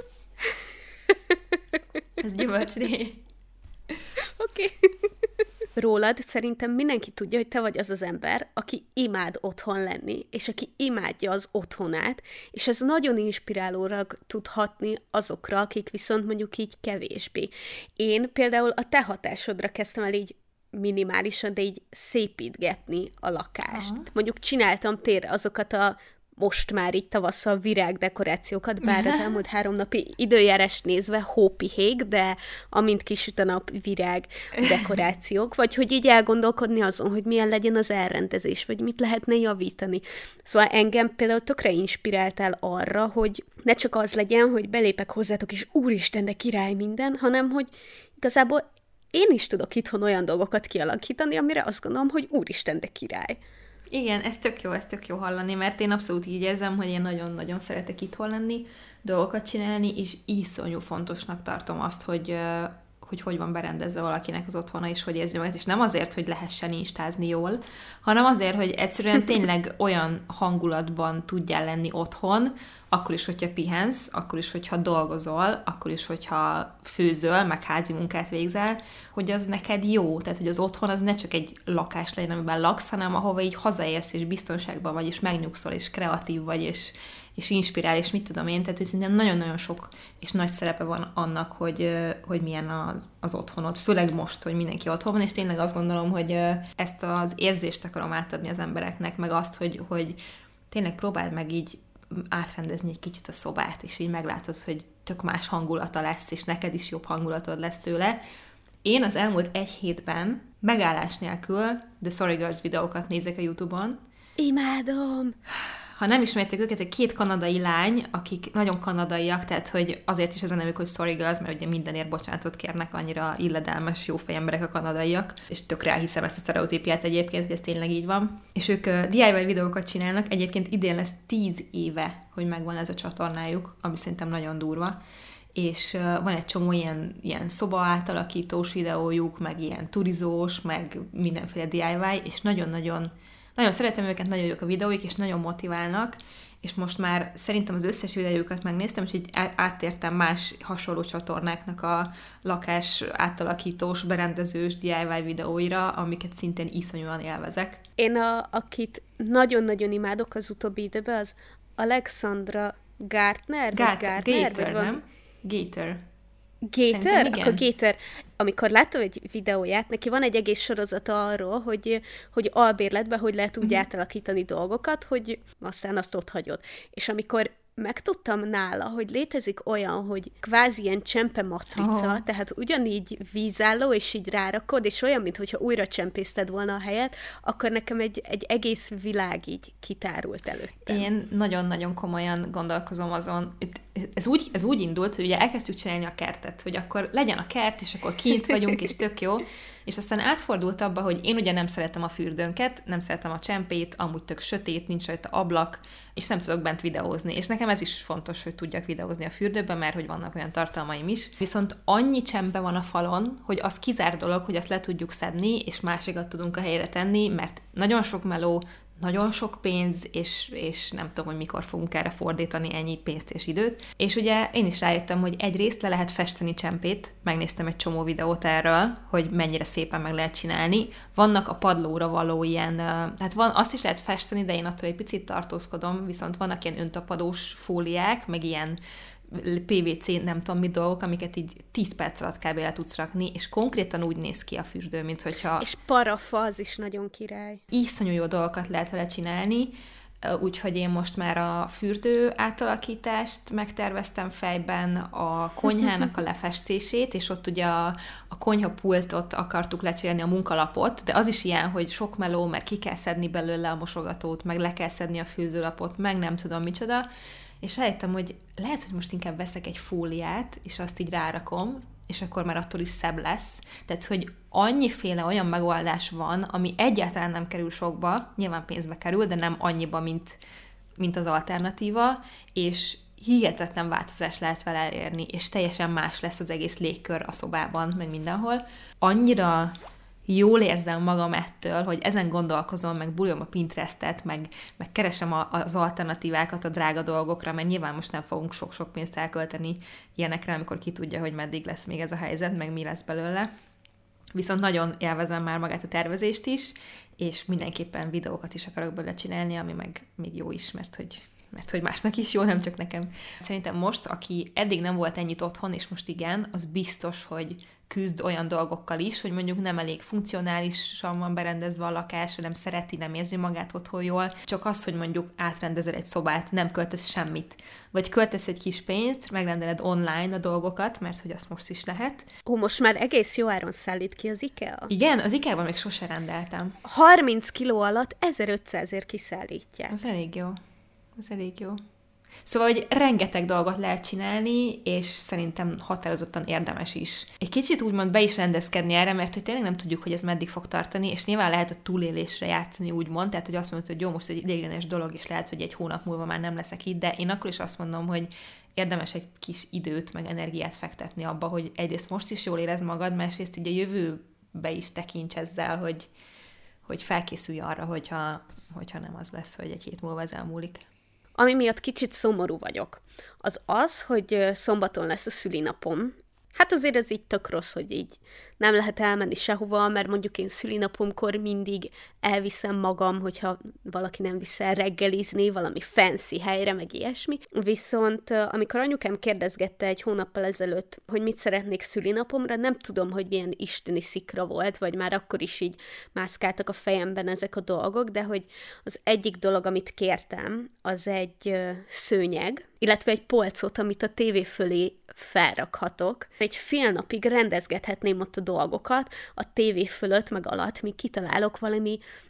Ez gyümölcslé. Oké. Okay. Rólad szerintem mindenki tudja, hogy te vagy az az ember, aki imád otthon lenni, és aki imádja az otthonát, és ez nagyon inspirálóra tud hatni azokra, akik viszont mondjuk így kevésbé. Én például a te hatásodra kezdtem el így minimálisan, de így szépítgetni a lakást. Aha. Mondjuk csináltam térre azokat a most már így tavasszal virágdekorációkat, bár az elmúlt három napi időjárást nézve hópihég, de amint kisüt a nap, virág dekorációk, vagy hogy így elgondolkodni azon, hogy milyen legyen az elrendezés, vagy mit lehetne javítani. Szóval engem például tökre inspiráltál arra, hogy ne csak az legyen, hogy belépek hozzátok, és úristen, de király minden, hanem hogy igazából én is tudok itthon olyan dolgokat kialakítani, amire azt gondolom, hogy úristen, de király. Igen, ez tök jó, ez tök jó hallani, mert én abszolút így érzem, hogy én nagyon-nagyon szeretek itthon lenni, dolgokat csinálni, és iszonyú fontosnak tartom azt, hogy, hogy hogy van berendezve valakinek az otthona, és hogy érzi magát, és nem azért, hogy lehessen instázni jól, hanem azért, hogy egyszerűen tényleg olyan hangulatban tudjál lenni otthon, akkor is, hogyha pihensz, akkor is, hogyha dolgozol, akkor is, hogyha főzöl, meg házi munkát végzel, hogy az neked jó. Tehát, hogy az otthon az ne csak egy lakás legyen, amiben laksz, hanem ahova így hazaérsz, és biztonságban vagy, és megnyugszol, és kreatív vagy, és, és inspirál, és mit tudom én. Tehát, hogy szerintem nagyon-nagyon sok és nagy szerepe van annak, hogy, hogy milyen az, az otthonod. Főleg most, hogy mindenki otthon van, és tényleg azt gondolom, hogy ezt az érzést akarom átadni az embereknek, meg azt, hogy, hogy tényleg próbáld meg így átrendezni egy kicsit a szobát, és így meglátod, hogy tök más hangulata lesz, és neked is jobb hangulatod lesz tőle. Én az elmúlt egy hétben megállás nélkül The Sorry Girls videókat nézek a YouTube-on. Imádom! Ha nem ismerték őket, egy két kanadai lány, akik nagyon kanadaiak, tehát hogy azért is ez a nevük, hogy Sorry Girls, mert ugye mindenért bocsánatot kérnek, annyira illedelmes, jó fejemberek a kanadaiak, és tökre elhiszem ezt a sztereotípiát egyébként, hogy ez tényleg így van. És ők uh, dé i vaj videókat csinálnak, egyébként idén lesz tíz éve, hogy megvan ez a csatornájuk, ami szerintem nagyon durva. És uh, van egy csomó ilyen, ilyen szoba átalakítós videójuk, meg ilyen turizós, meg mindenféle dé i vaj, és nagyon-nagyon nagyon szeretem őket, nagyon jók a videóik, és nagyon motiválnak, és most már szerintem az összes videójukat megnéztem, úgyhogy áttértem más hasonló csatornáknak a lakás átalakítós, berendezős dé i vaj videóira, amiket szintén iszonyúan élvezek. Én a, akit nagyon-nagyon imádok az utóbbi időben, az Alexandra Gartner? Gát, Gartner Gator, nem? Gator. Gator? Akkor Gator. Amikor láttam egy videóját, neki van egy egész sorozata arról, hogy, hogy albérletben hogy lehet úgy uh-huh. átalakítani dolgokat, hogy aztán azt ott hagyod. És amikor megtudtam nála, hogy létezik olyan, hogy kvázi ilyen csempematrica, oh. tehát ugyanígy vízálló, és így rárakod, és olyan, mintha újra csempészted volna a helyet, akkor nekem egy, egy egész világ így kitárult előttem. Én nagyon-nagyon komolyan gondolkozom azon. Ez úgy, ez úgy indult, hogy ugye elkezdtük csinálni a kertet, hogy akkor legyen a kert, és akkor kint vagyunk, és tök jó, és aztán átfordult abba, hogy én ugye nem szeretem a fürdőnket, nem szeretem a csempét, amúgy tök sötét, nincs rajta ablak, és nem tudok bent videózni. És nekem ez is fontos, hogy tudjak videózni a fürdőben, mert hogy vannak olyan tartalmaim is. Viszont annyi csempe van a falon, hogy az kizár dolog, hogy azt le tudjuk szedni, és másikat tudunk a helyre tenni, mert nagyon sok meló, nagyon sok pénz, és, és nem tudom, hogy mikor fogunk erre fordítani ennyi pénzt és időt. És ugye én is rájöttem, hogy egyrészt le lehet festeni csempét, megnéztem egy csomó videót erről, hogy mennyire szépen meg lehet csinálni. Vannak a padlóra való ilyen, tehát van, azt is lehet festeni, de én attól egy picit tartózkodom, viszont vannak ilyen öntapadós fóliák, meg ilyen pé vé cé, nem tudom mit dolgok, amiket így tíz perc alatt kb. Le tudsz rakni, és konkrétan úgy néz ki a fürdő, mint hogyha... És parafa, az is nagyon király. Iszonyú jó dolgokat lehet vele csinálni, úgyhogy én most már a fürdő átalakítást megterveztem fejben, a konyhának a lefestését, és ott ugye a, a konyhapultot akartuk lecserélni, a munkalapot, de az is ilyen, hogy sok meló, mert ki kell szedni belőle a mosogatót, meg le kell szedni a főzőlapot, meg nem tudom micsoda, és rájöttem, hogy lehet, hogy most inkább veszek egy fóliát, és azt így rárakom, és akkor már attól is szebb lesz. Tehát, hogy annyiféle olyan megoldás van, ami egyáltalán nem kerül sokba, nyilván pénzbe kerül, de nem annyiba, mint, mint az alternatíva, és hihetetlen változás lehet vele elérni, és teljesen más lesz az egész légkör a szobában, meg mindenhol. Annyira jól érzem magam ettől, hogy ezen gondolkozom, meg buljom a Pinterestet, meg, meg keresem a, az alternatívákat a drága dolgokra, mert nyilván most nem fogunk sok-sok pénzt elkölteni ilyenekre, amikor ki tudja, hogy meddig lesz még ez a helyzet, meg mi lesz belőle. Viszont nagyon élvezem már magát a tervezést is, és mindenképpen videókat is akarok belőle csinálni, ami meg még jó is, mert hogy mert hogy másnak is jó, nem csak nekem. Szerintem most, aki eddig nem volt ennyit otthon, és most igen, az biztos, hogy küzd olyan dolgokkal is, hogy mondjuk nem elég funkcionálisan van berendezve a lakás, vagy nem szereti, nem érzi magát otthon jól, csak az, hogy mondjuk átrendezel egy szobát, nem költesz semmit. Vagy költesz egy kis pénzt, megrendeled online a dolgokat, mert hogy azt most is lehet. Ó, most már egész jó áron szállít ki az IKEA. Igen, az IKEA-ban még sose rendeltem. harminc kiló alatt ezerötszázért kiszállítják. Az elég jó. Az elég jó. Szóval, hogy rengeteg dolgot lehet csinálni, és szerintem határozottan érdemes is. Egy kicsit úgymond be is rendezkedni erre, mert hogy tényleg nem tudjuk, hogy ez meddig fog tartani, és nyilván lehet a túlélésre játszani úgymond, tehát hogy azt mondod, hogy jó, most egy ideiglenes dolog, és lehet, hogy egy hónap múlva már nem leszek itt, de én akkor is azt mondom, hogy érdemes egy kis időt, meg energiát fektetni abba, hogy egyrészt most is jól érezd magad, másrészt így a jövőbe is tekints ezzel, hogy, hogy felkészülj arra, hogyha, hogyha nem az lesz, hogy egy hét múlva ez elmúlik. Ami miatt kicsit szomorú vagyok, az az, hogy szombaton lesz a szülinapom. Hát azért ez így tök rossz, hogy így nem lehet elmenni sehova, mert mondjuk én szülinapomkor mindig elviszem magam, hogyha valaki nem visz el reggelizni, valami fancy helyre, meg ilyesmi. Viszont amikor anyukám kérdezgette egy hónappal ezelőtt, hogy mit szeretnék szülinapomra, nem tudom, hogy milyen isteni szikra volt, vagy már akkor is így mászkáltak a fejemben ezek a dolgok, de hogy az egyik dolog, amit kértem, az egy szőnyeg, illetve egy polcot, amit a tévé fölé felrakhatok. Egy fél napig rendezgethetném ott a dolgokat, a tévé fölött, meg alatt, míg kitalálok valami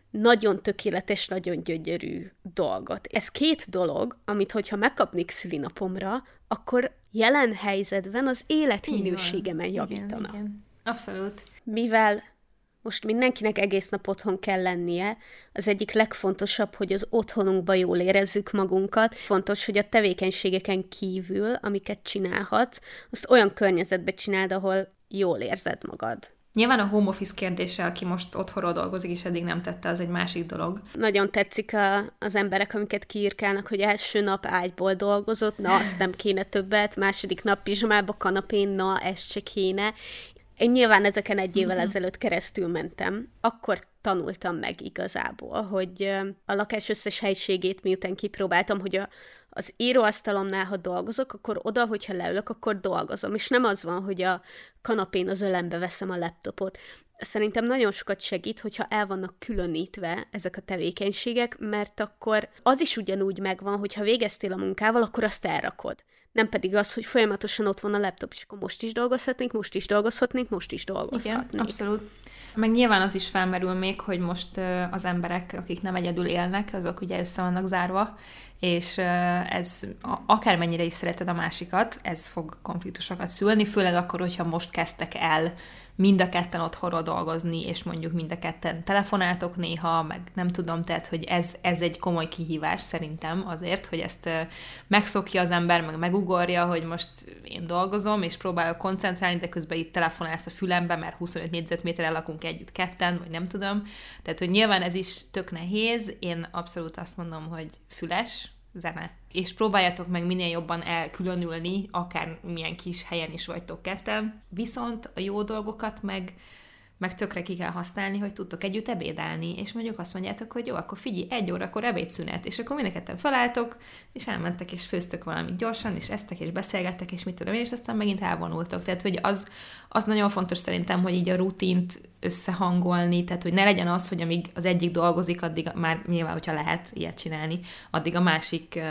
nagyon tökéletes, nagyon gyönyörű dolgot. Ez két dolog, amit hogyha megkapnék szülinapomra, akkor jelen helyzetben az életminőségemen javítana. Igen, igen. Abszolút. Mivel most mindenkinek egész nap otthon kell lennie, az egyik legfontosabb, hogy az otthonunkban jól érezzük magunkat. Fontos, hogy a tevékenységeken kívül, amiket csinálhatsz, azt olyan környezetben csináld, ahol jól érzed magad. Nyilván a home office kérdése, aki most otthonról dolgozik, és eddig nem tette, az egy másik dolog. Nagyon tetszik a, az emberek, amiket kiírkálnak, hogy első nap ágyból dolgozott, na azt nem kéne többet, második nap pizsamába, kanapén, na ezt se kéne. Én nyilván ezeken egy évvel uh-huh. ezelőtt keresztül mentem. Akkor tanultam meg igazából, hogy a lakás összes helységét miután kipróbáltam, hogy a, az íróasztalomnál, ha dolgozok, akkor oda, hogyha leülök, akkor dolgozom. És nem az van, hogy a kanapén az ölembe veszem a laptopot. Szerintem nagyon sokat segít, hogyha el vannak különítve ezek a tevékenységek, mert akkor az is ugyanúgy megvan, hogyha végeztél a munkával, akkor azt elrakod. Nem pedig az, hogy folyamatosan ott van a laptop, és akkor most is dolgozhatnék, most is dolgozhatnék, most is dolgozhatnék. Igen, abszolút. Meg nyilván az is felmerül még, hogy most az emberek, akik nem egyedül élnek, azok ugye össze vannak zárva, és ez akármennyire is szereted a másikat, ez fog konfliktusokat szülni, főleg akkor, hogyha most kezdtek el mind a ketten otthonról dolgozni, és mondjuk mind a ketten telefonáltok néha, meg nem tudom, tehát, hogy ez, ez egy komoly kihívás szerintem azért, hogy ezt megszokja az ember, meg megugorja, hogy most én dolgozom, és próbálok koncentrálni, de közben itt telefonálsz a fülembe, mert huszonöt négyzetméterrel lakunk együtt ketten, vagy nem tudom. Tehát, hogy nyilván ez is tök nehéz, én abszolút azt mondom, hogy füles, zene. És próbáljátok meg minél jobban elkülönülni, akár milyen kis helyen is vagytok ketten. Viszont a jó dolgokat meg, meg tökre ki kell használni, hogy tudtok együtt ebédelni, és mondjuk azt mondjátok, hogy jó, akkor figyelj, egy órakor ebédszünet, és akkor mind a ketten felálltok, és elmentek, és főztök valamit gyorsan, és esztek, és beszélgettek, és mit tudom én, és aztán megint elvonultok. Tehát, hogy az, az nagyon fontos szerintem, hogy így a rutint összehangolni, tehát, hogy ne legyen az, hogy amíg az egyik dolgozik, addig már nyilván, hogyha lehet ilyet csinálni, addig a másik,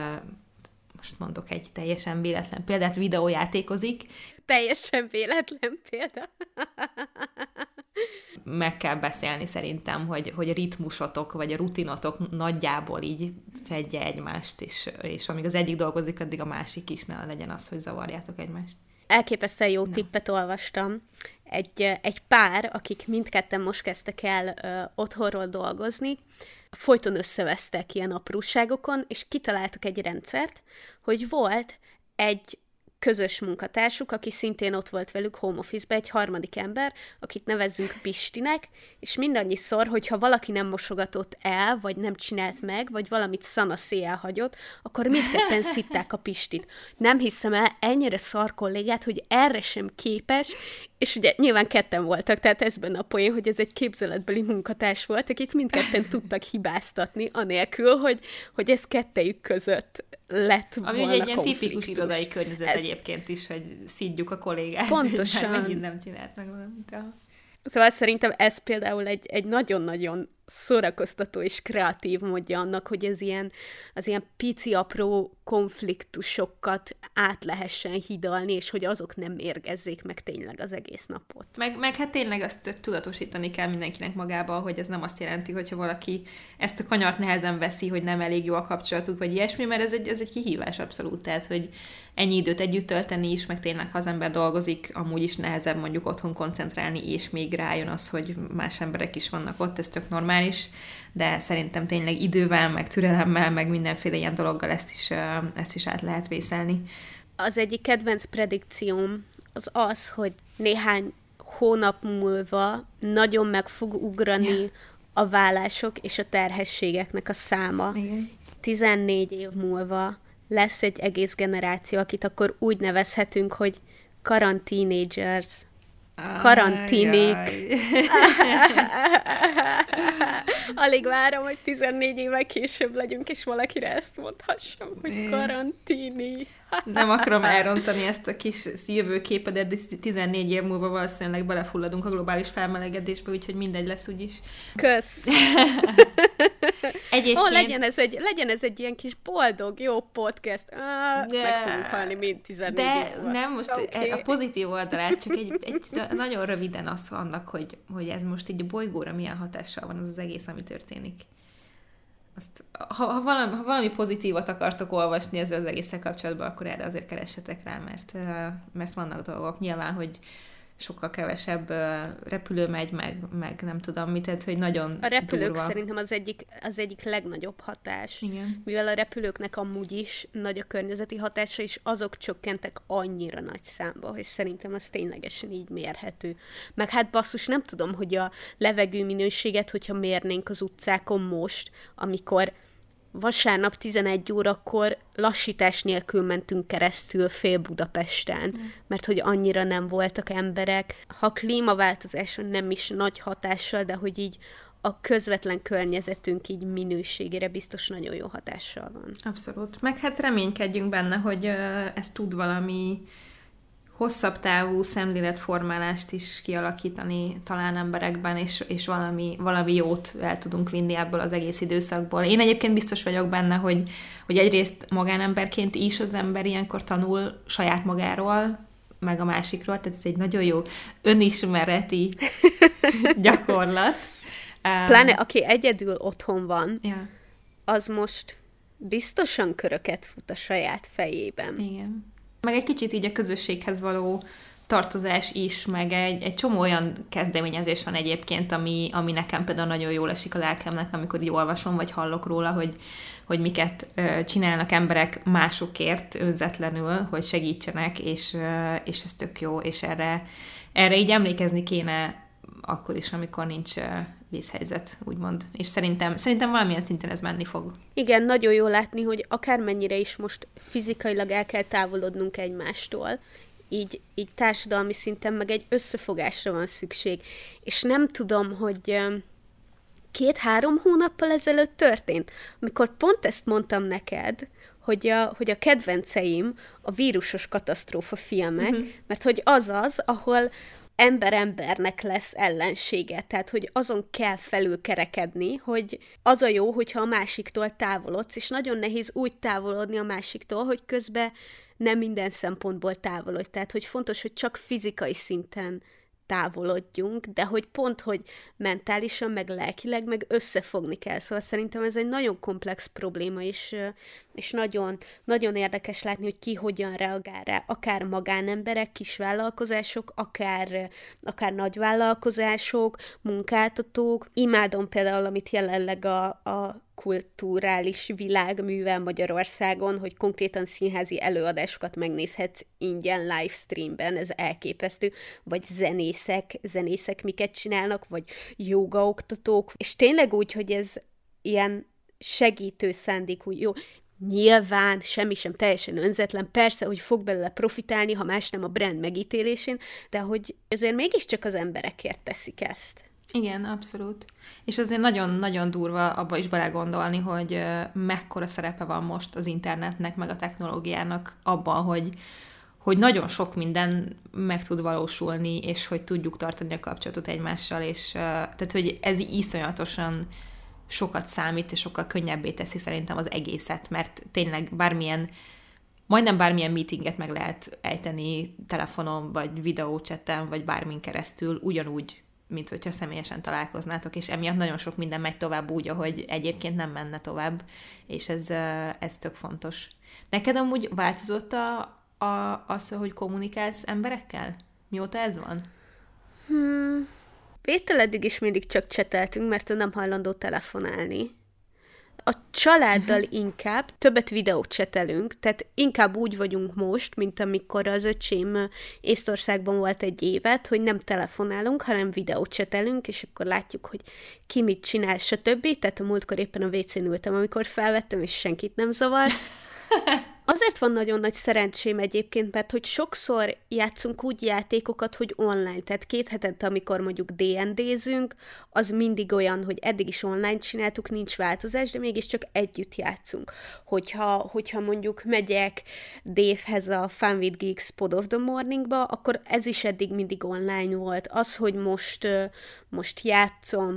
most mondok egy teljesen véletlen példát, videójátékozik. Teljesen véletlen példa. Meg kell beszélni szerintem, hogy, hogy a ritmusotok, vagy a rutinotok nagyjából így fedje egymást, és, és amíg az egyik dolgozik, addig a másik is ne legyen az, hogy zavarjátok egymást. Elképesztően jó no. tippet olvastam. Egy, egy pár, akik mindketten most kezdtek el ö, otthonról dolgozni, folyton összevesztek ilyen apróságokon, és kitaláltak egy rendszert, hogy volt egy közös munkatársuk, aki szintén ott volt velük home office-be, egy harmadik ember, akit nevezzünk Pistinek, és mindannyiszor, hogyha valaki nem mosogatott el, vagy nem csinált meg, vagy valamit szanaszé elhagyott, akkor mindketten szitták a Pistit. Nem hiszem el ennyire szar kollégát, hogy erre sem képes, és ugye nyilván ketten voltak, tehát ez benne a poén, hogy ez egy képzeletbeli munkatárs volt, akit mindketten tudtak hibáztatni, anélkül, hogy, hogy ez kettejük között lett volna konfliktus. Ami egy ilyen konfliktus. tipikus irodai környezet ez... egyébként is, hogy szidjuk a kollégát. Pontosan. Mert megint nem csinált meg valamit. Szóval szerintem ez például egy, egy nagyon-nagyon szórakoztató és kreatív módja annak, hogy ez ilyen, az ilyen pici, apró konfliktusokat át lehessen hidalni, és hogy azok nem mérgezzék meg tényleg az egész napot. Meg, meg hát tényleg azt tudatosítani kell mindenkinek magába, hogy ez nem azt jelenti, hogyha valaki ezt a kanyart nehezen veszi, hogy nem elég jó a kapcsolatuk, vagy ilyesmi, mert ez egy, ez egy kihívás abszolút, tehát, hogy ennyi időt együtt tölteni is, meg tényleg, ha az ember dolgozik, amúgy is nehezebb mondjuk otthon koncentrálni, és még rájön az, hogy más emberek is vannak ott, ez tök normális, de szerintem tényleg idővel, meg türelemmel, meg mindenféle ilyen dologgal ezt is, ezt is át lehet vészelni. Az egyik kedvenc predikcióm az az, hogy néhány hónap múlva nagyon meg fog ugrani a vállások és a terhességeknek a száma. Igen. tizennégy év múlva lesz egy egész generáció, akit akkor úgy nevezhetünk, hogy karanteenagers. Karantinik. Alig várom, hogy tizennégy évvel később legyünk, és valakire ezt mondhassam, hogy karantini. Nem akarom elrontani ezt a kis jövőképet, de tizennégy év múlva valószínűleg belefulladunk a globális felmelegedésbe, úgyhogy mindegy lesz úgyis. Kösz! Egyébként... Oh, legyen, ez egy, legyen ez egy ilyen kis boldog, jó podcast. Ah, de... Meg fogunk halni mind tizennégy De óra. nem, most okay. A pozitív oldalát, csak egy, egy nagyon röviden az annak, hogy, hogy ez most így a bolygóra milyen hatással van az az egész, ami történik. Azt, ha, ha, valami, ha valami pozitívat akartok olvasni ezzel az egésszel kapcsolatban, akkor erre azért keressetek rá, mert, mert vannak dolgok. Nyilván, hogy sokkal kevesebb repülő megy, meg, meg nem tudom mit, tehát, hogy nagyon A repülők durva. szerintem az egyik, az egyik legnagyobb hatás. Igen. Mivel a repülőknek amúgy is nagy a környezeti hatása, és azok csökkentek annyira nagy számba, hogy szerintem az ténylegesen így mérhető. Meg hát basszus, nem tudom, hogy a levegő minőséget, hogyha mérnénk az utcákon most, amikor vasárnap tizenegy órakor lassítás nélkül mentünk keresztül fél Budapesten, mm. mert hogy annyira nem voltak emberek. Ha klímaváltozáson nem is nagy hatással, de hogy így a közvetlen környezetünk így minőségére biztos nagyon jó hatással van. Abszolút. Meg hát reménykedjünk benne, hogy ez tud valami hosszabb távú szemléletformálást is kialakítani talán emberekben, és, és valami, valami jót el tudunk vinni ebből az egész időszakból. Én egyébként biztos vagyok benne, hogy, hogy egyrészt magánemberként is az ember ilyenkor tanul saját magáról, meg a másikról, tehát ez egy nagyon jó önismereti gyakorlat. Pláne aki egyedül otthon van, ja. az most biztosan köröket fut a saját fejében. Igen. Meg egy kicsit így a közösséghez való tartozás is, meg egy, egy csomó olyan kezdeményezés van egyébként, ami, ami nekem például nagyon jól esik a lelkemnek, amikor így olvasom, vagy hallok róla, hogy, hogy miket uh, csinálnak emberek másokért önzetlenül, hogy segítsenek, és, uh, és ez tök jó, és erre, erre így emlékezni kéne akkor is, amikor nincs uh, vészhelyzet, úgymond. És szerintem, szerintem valamilyen szinten ez menni fog. Igen, nagyon jó látni, hogy akármennyire is most fizikailag el kell távolodnunk egymástól, így, így társadalmi szinten meg egy összefogásra van szükség. És nem tudom, hogy két-három hónappal ezelőtt történt, amikor pont ezt mondtam neked, hogy a, hogy a kedvenceim a vírusos katasztrófa filmek, uh-huh. mert hogy az az, ahol ember-embernek lesz ellensége. Tehát, hogy azon kell felülkerekedni, hogy az a jó, hogyha a másiktól távolodsz, és nagyon nehéz úgy távolodni a másiktól, hogy közben nem minden szempontból távolodj. Tehát, hogy fontos, hogy csak fizikai szinten távolodjunk, de hogy pont, hogy mentálisan, meg lelkileg, meg összefogni kell. Szóval szerintem ez egy nagyon komplex probléma, és, és nagyon, nagyon érdekes látni, hogy ki hogyan reagál rá. Akár magánemberek, kisvállalkozások, akár, akár nagyvállalkozások, munkáltatók. Imádom például, amit jelenleg a, a kulturális világ művel Magyarországon, hogy konkrétan színházi előadásokat megnézhetsz ingyen livestreamben, ez elképesztő, vagy zenészek, zenészek miket csinálnak, vagy jógaoktatók, és tényleg úgy, hogy ez ilyen segítő szándékú, jó, nyilván semmi sem teljesen önzetlen, persze, hogy fog belőle profitálni, ha más nem a brand megítélésén, de hogy azért mégiscsak az emberekért teszik ezt. Igen, abszolút. És azért nagyon-nagyon durva abba is belegondolni, hogy mekkora szerepe van most az internetnek, meg a technológiának abban, hogy, hogy nagyon sok minden meg tud valósulni, és hogy tudjuk tartani a kapcsolatot egymással, és tehát, hogy ez iszonyatosan sokat számít, és sokkal könnyebbé teszi szerintem az egészet, mert tényleg bármilyen, majdnem bármilyen meetinget meg lehet ejteni telefonon, vagy videócsetten, vagy bármin keresztül, ugyanúgy, mint hogyha személyesen találkoznátok, és emiatt nagyon sok minden megy tovább úgy, ahogy egyébként nem menne tovább, és ez, ez tök fontos. Neked amúgy változott a, a, az, hogy kommunikálsz emberekkel? Mióta ez van? Hmm. Péter eddig is mindig csak cseteltünk, mert ő nem hajlandó telefonálni. A családdal inkább többet videócsetelünk, tehát inkább úgy vagyunk most, mint amikor az öcsém Észtországban volt egy évet, hogy nem telefonálunk, hanem videócsetelünk, és akkor látjuk, hogy ki mit csinál, stb. Tehát a múltkor éppen a vécén ültem, amikor felvettem, és senkit nem zavar. Azért van nagyon nagy szerencsém egyébként, mert hogy sokszor játszunk úgy játékokat, hogy online, tehát két hetente, amikor mondjuk dé en dé-zünk, az mindig olyan, hogy eddig is online csináltuk, nincs változás, de mégiscsak együtt játszunk. Hogyha, hogyha mondjuk megyek Dave-hez a Fun with Geeks Pod of the Morningba, akkor ez is eddig mindig online volt. Az, hogy most, most játszom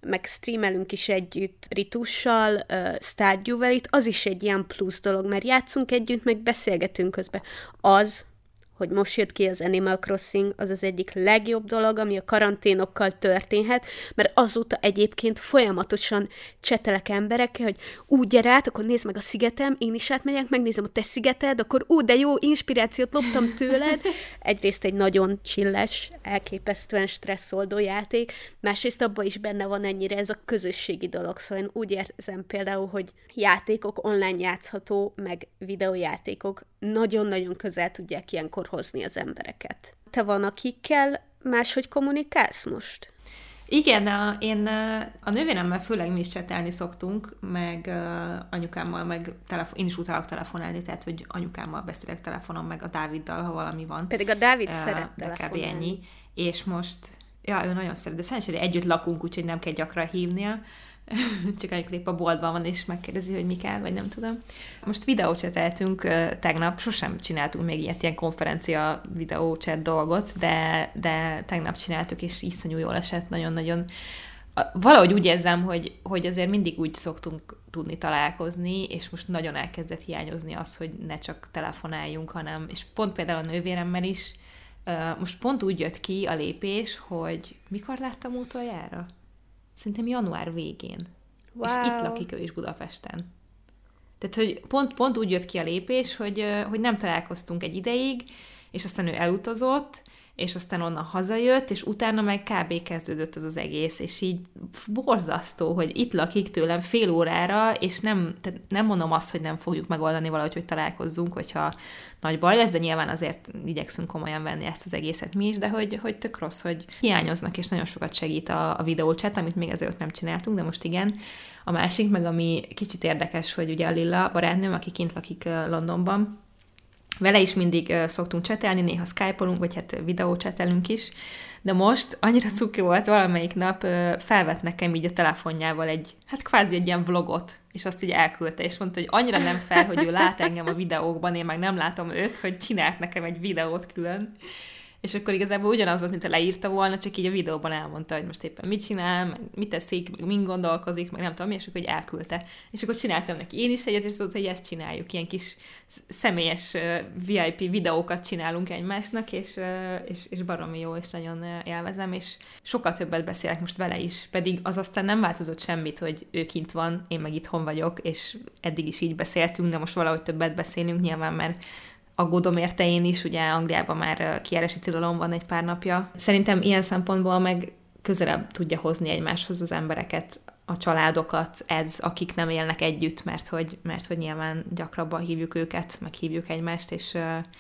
meg streamelünk is együtt Ritussal, uh, Stardew Valley-t, az is egy ilyen plusz dolog, mert játszunk együtt, meg beszélgetünk közben. Az, hogy most jött ki az Animal Crossing, az az egyik legjobb dolog, ami a karanténokkal történhet, mert azóta egyébként folyamatosan csetelek emberekkel, hogy úgy gyere át, akkor nézd meg a szigetem, én is átmegyek, megnézem a te szigeted, akkor ú, de jó, inspirációt loptam tőled. Egyrészt egy nagyon chilles, elképesztően stresszoldó játék, másrészt abban is benne van ennyire ez a közösségi dolog, szóval én úgy érzem például, hogy játékok online játszható, meg videójátékok nagyon-nagyon közel tudják ilyenkor hozni az embereket. Te van, akikkel máshogy kommunikálsz most? Igen, a, én a nővéremmel főleg mi is csetelni szoktunk, meg uh, anyukámmal, meg telefon, én is utálok telefonálni, tehát, hogy anyukámmal beszélek telefonon, meg a Dáviddal, ha valami van. Pedig a Dávid uh, szeret de telefonálni. kb. Ennyi. És most, ja, ő nagyon szeret, de szerencsére együtt lakunk, úgyhogy nem kell gyakran hívnia. Csak amikor épp a boltban van, és megkérdezi, hogy mi kell, vagy nem tudom. Most videócseteltünk tegnap, sosem csináltunk még ilyet, ilyen konferencia videócset dolgot, de, de tegnap csináltuk, és iszonyú jól esett, nagyon-nagyon. Valahogy úgy érzem, hogy, hogy azért mindig úgy szoktunk tudni találkozni, és most nagyon elkezdett hiányozni az, hogy ne csak telefonáljunk, hanem, és pont például a nővéremmel is, most pont úgy jött ki a lépés, hogy mikor láttam utoljára? Szerintem január végén. Wow. És itt lakik ő is Budapesten. Tehát, hogy pont, pont úgy jött ki a lépés, hogy, hogy nem találkoztunk egy ideig, és aztán ő elutazott, és aztán onnan hazajött, és utána meg kb. Kezdődött ez az egész, és így borzasztó, hogy itt lakik tőlem fél órára, és nem, tehát nem mondom azt, hogy nem fogjuk megoldani valahogy, hogy találkozzunk, hogyha nagy baj lesz, de nyilván azért igyekszünk komolyan venni ezt az egészet mi is, de hogy, hogy tök rossz, hogy hiányoznak, és nagyon sokat segít a, a videóchat, amit még ezelőtt nem csináltunk, de most igen. A másik, meg ami kicsit érdekes, hogy ugye a Lilla barátnőm, aki kint lakik Londonban, vele is mindig uh, szoktunk csetelni, néha skype-olunk, vagy hát videócsetelünk is, de most annyira cuki volt, valamelyik nap uh, felvett nekem így a telefonjával egy, hát kvázi egy ilyen vlogot, és azt így elküldte, és mondta, hogy annyira nem fel, hogy ő lát engem a videókban, én meg nem látom őt, hogy csinált nekem egy videót külön. És akkor igazából ugyanaz volt, mint ha leírta volna, csak így a videóban elmondta, hogy most éppen mit csinál, meg mit teszik, meg mind gondolkozik, meg nem tudom, és akkor így elküldte. És akkor csináltam neki én is egyet, és szólt, hogy ezt csináljuk, ilyen kis személyes vé i pé videókat csinálunk egymásnak, és, és, és baromi jó, és nagyon élvezem, és sokkal többet beszélek most vele is, pedig az aztán nem változott semmit, hogy ő kint van, én meg itthon vagyok, és eddig is így beszéltünk, de most valahogy többet beszélünk, nyilván, mert aggódom érte én is, ugye Angliában már kijárási tilalom van egy pár napja. Szerintem ilyen szempontból meg közelebb tudja hozni egymáshoz az embereket, a családokat, ez, akik nem élnek együtt, mert hogy, mert hogy nyilván gyakrabban hívjuk őket, meg hívjuk egymást, és,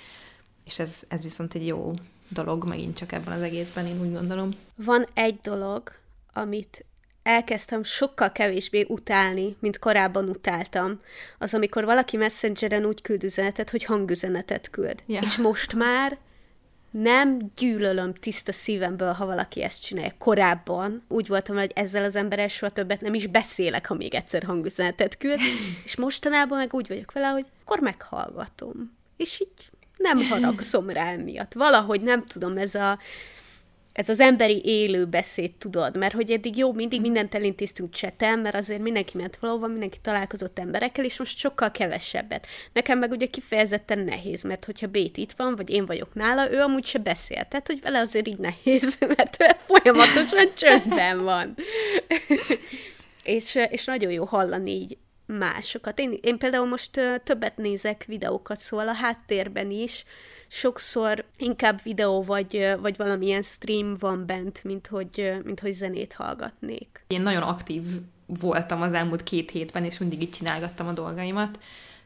és ez, ez viszont egy jó dolog megint csak ebben az egészben, én úgy gondolom. Van egy dolog, amit elkezdtem sokkal kevésbé utálni, mint korábban utáltam. Az, amikor valaki Messengeren úgy küld üzenetet, hogy hangüzenetet küld. Yeah. És most már nem gyűlölöm tiszta szívemből, ha valaki ezt csinálja. Korábban úgy voltam, hogy ezzel az emberrel soha többet nem is beszélek, ha még egyszer hangüzenetet küld, és mostanában meg úgy vagyok vele, hogy akkor meghallgatom. És így nem haragszom rá miatt. Valahogy nem tudom, ez a Ez az emberi élő beszéd, tudod, mert hogy eddig jó, mindig mindent elintéztünk cseten, mert azért mindenki ment valahova, mindenki találkozott emberekkel, és most sokkal kevesebbet. Nekem meg ugye kifejezetten nehéz, mert hogyha Bét itt van, vagy én vagyok nála, ő amúgy se beszél. Tehát, hogy vele azért így nehéz, mert folyamatosan csöndben van. és, és nagyon jó hallani így másokat. Én, én például most uh, többet nézek videókat, szóval a háttérben is sokszor inkább videó vagy, vagy valamilyen stream van bent, mint hogy, mint hogy zenét hallgatnék. Én nagyon aktív voltam az elmúlt két hétben, és mindig így csinálgattam a dolgaimat.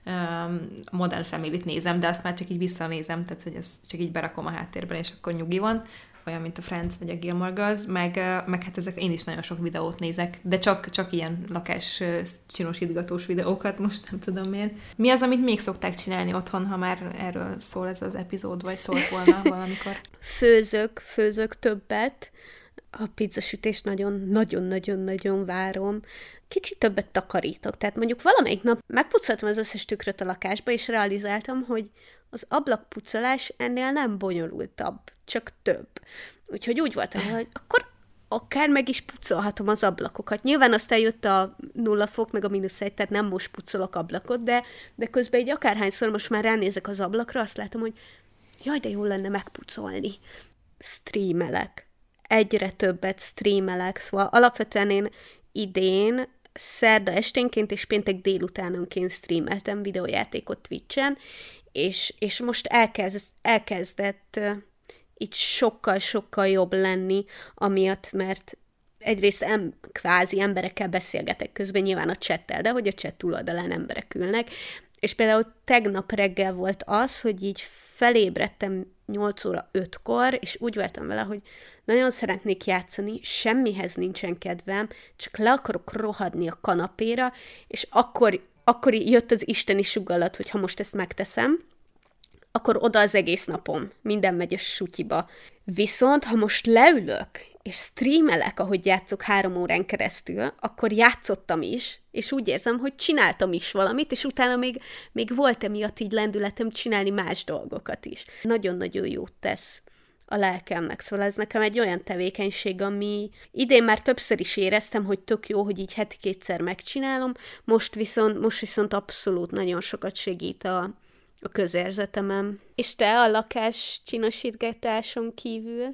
A Modern Family-t nézem, de azt már csak így visszanézem, tehát hogy ezt csak így berakom a háttérben, és akkor nyugi van, olyan, mint a Friends vagy a Gilmore Girls, meg, meg hát ezek én is nagyon sok videót nézek, de csak, csak ilyen lakás csinosítgatós videókat, most nem tudom miért. Mi az, amit még szokták csinálni otthon, ha már erről szól ez az epizód, vagy szólt volna valamikor? Főzök, főzök többet. A pizzasütést nagyon-nagyon-nagyon-nagyon várom. Kicsit többet takarítok. Tehát mondjuk valamelyik nap megpucoltam az összes tükröt a lakásba, és realizáltam, hogy az ablakpucolás ennél nem bonyolultabb, csak több. Úgyhogy úgy voltam, hogy akkor akár meg is pucolhatom az ablakokat. Nyilván aztán jött a nulla fok, meg a mínusz egy, tehát nem most pucolok ablakot, de, de közben egy akárhányszor most már ránézek az ablakra, azt látom, hogy jaj, de jó lenne megpucolni. Streamelek. Egyre többet streamelek, szóval alapvetően én idén szerda esténként és péntek délutánonként streameltem videójátékot Twitchen, és, és most elkezd, elkezdett uh, így sokkal-sokkal jobb lenni, amiatt, mert egyrészt em, kvázi emberekkel beszélgetek közben, nyilván a chattel, de hogy a chat túloldalán emberek ülnek, és például tegnap reggel volt az, hogy így felébredtem nyolc óra ötkor, és úgy voltam vele, hogy nagyon szeretnék játszani, semmihez nincsen kedvem, csak le akarok rohadni a kanapéra, és akkor, akkor jött az isteni suggallat, hogy ha most ezt megteszem, akkor oda az egész napom, minden megy a sutyiba. Viszont, ha most leülök, és streamelek, ahogy játszok három órán keresztül, akkor játszottam is, és úgy érzem, hogy csináltam is valamit, és utána még, még volt emiatt így lendületem csinálni más dolgokat is. Nagyon-nagyon jót tesz a lelkemnek, szóval ez nekem egy olyan tevékenység, ami idén már többször is éreztem, hogy tök jó, hogy így heti kétszer megcsinálom, most viszont, most viszont abszolút nagyon sokat segít a, a közérzetemem. És te a lakás csinosítgatáson kívül?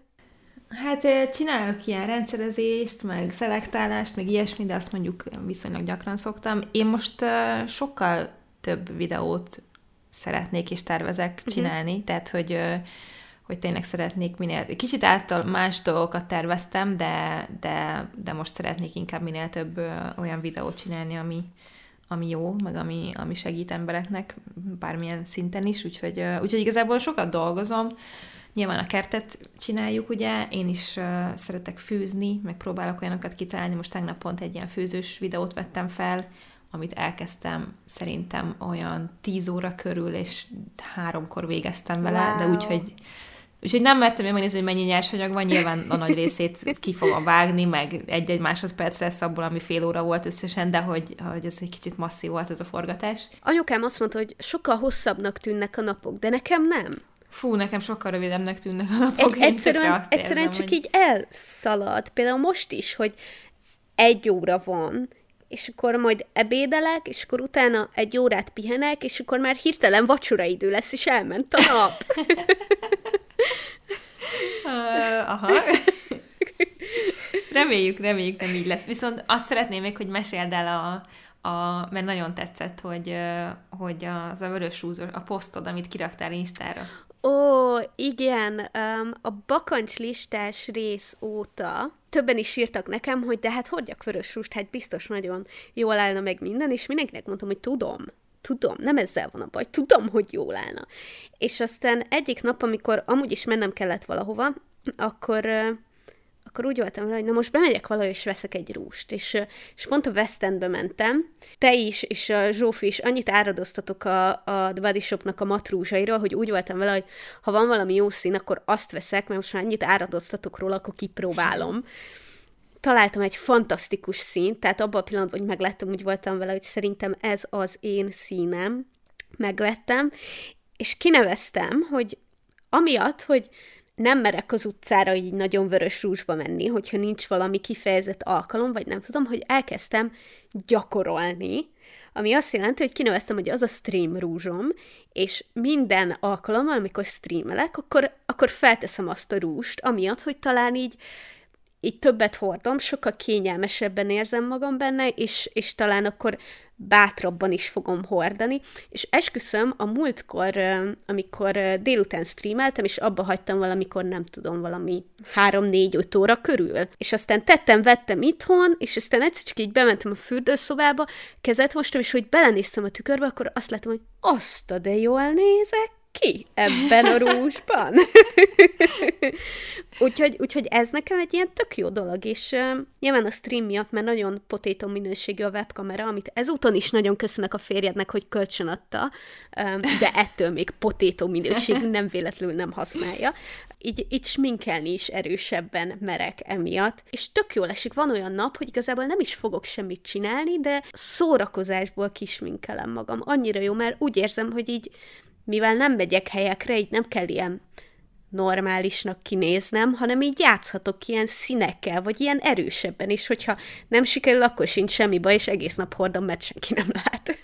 Hát csinálok ilyen rendszerezést, meg szelektálást, meg ilyesmi, de azt mondjuk viszonylag gyakran szoktam. Én most uh, sokkal több videót szeretnék és tervezek csinálni, uh-huh. tehát hogy, uh, hogy tényleg szeretnék minél... Kicsit által más dolgokat terveztem, de, de, de most szeretnék inkább minél több uh, olyan videót csinálni, ami, ami jó, meg ami, ami segít embereknek bármilyen szinten is, úgyhogy, uh, úgyhogy igazából sokat dolgozom. Nyilván a kertet csináljuk, ugye, én is uh, szeretek főzni, meg próbálok olyanokat kitalálni, most tegnap pont egy ilyen főzős videót vettem fel, amit elkezdtem szerintem olyan tíz óra körül, és háromkor végeztem vele, wow. de úgyhogy, úgyhogy nem mertem megnézni, hogy mennyi nyersanyag van, nyilván a nagy részét ki fogom vágni, meg egy-egy másodperc lesz abból, ami fél óra volt összesen, de hogy, hogy ez egy kicsit masszív volt ez a forgatás. Anyukám azt mondta, hogy sokkal hosszabbnak tűnnek a napok, de nekem nem. Fú, nekem sokkal rövidebbnek tűnnek a napok. Egy, egyszerűen egyszerűen érzem, csak hogy... így elszalad. Például most is, hogy egy óra van, és akkor majd ebédelek, és akkor utána egy órát pihenek, és akkor már hirtelen vacsoraidő lesz, és elment a nap. uh, aha. Reméljük, reméljük nem így lesz. Viszont azt szeretném még, hogy meséld el a... A, mert nagyon tetszett, hogy, hogy az a vörös rúzos, a posztod, amit kiraktál Instára. Ó, igen, um, a bakancslistás rész óta többen is írtak nekem, hogy de hát hordjak vörös rúst, hát biztos nagyon jól állna meg minden, és mindenkinek mondtam, hogy tudom, tudom, nem ezzel van a baj, tudom, hogy jól állna. És aztán egyik nap, amikor amúgy is mennem kellett valahova, akkor... akkor úgy voltam vele, hogy na most bemegyek valahol, és veszek egy rúst. És, és pont a West Endbe mentem. Te is, és a Zsófi is annyit áradoztatok a, a The Body Shopnak a matrúzsairól, hogy úgy voltam vele, hogy ha van valami jó szín, akkor azt veszek, mert most már annyit áradoztatok róla, akkor kipróbálom. Találtam egy fantasztikus színt, tehát abban a pillanatban, hogy megláttam, úgy voltam vele, hogy szerintem ez az én színem. Megvettem, és kineveztem, hogy amiatt, hogy nem merek az utcára így nagyon vörös rúzsba menni, hogyha nincs valami kifejezett alkalom, vagy nem tudom, hogy elkezdtem gyakorolni, ami azt jelenti, hogy kineveztem, hogy az a stream rúzsom, és minden alkalommal, amikor streamelek, akkor, akkor felteszem azt a rúst, amiatt, hogy talán így, így többet hordom, sokkal kényelmesebben érzem magam benne, és, és talán akkor bátrabban is fogom hordani, és esküszöm, a múltkor, amikor délután streameltem, és abba hagytam valamikor, nem tudom, valami három-négy-öt óra körül, és aztán tettem, vettem itthon, és aztán egyszer csak így bementem a fürdőszobába, kezet mostam, és hogy belenéztem a tükörbe, akkor azt láttam, hogy azt a de jól nézek ki ebben a rúzsban. úgyhogy, úgyhogy ez nekem egy ilyen tök jó dolog, és uh, nyilván a stream miatt, mert nagyon potéton minőségű a webkamera, amit ezúton is nagyon köszönök a férjednek, hogy kölcsön adta, um, de ettől még potéton minőségű, nem véletlenül nem használja. Így, így sminkelni is erősebben merek emiatt, és tök jól esik, van olyan nap, hogy igazából nem is fogok semmit csinálni, de szórakozásból kisminkelem magam. Annyira jó, mert úgy érzem, hogy így mivel nem megyek helyekre, így nem kell ilyen normálisnak kinéznem, hanem így játszhatok ilyen színekkel, vagy ilyen erősebben is, hogyha nem sikerül, akkor sincs semmi baj, és egész nap hordom, mert senki nem lát.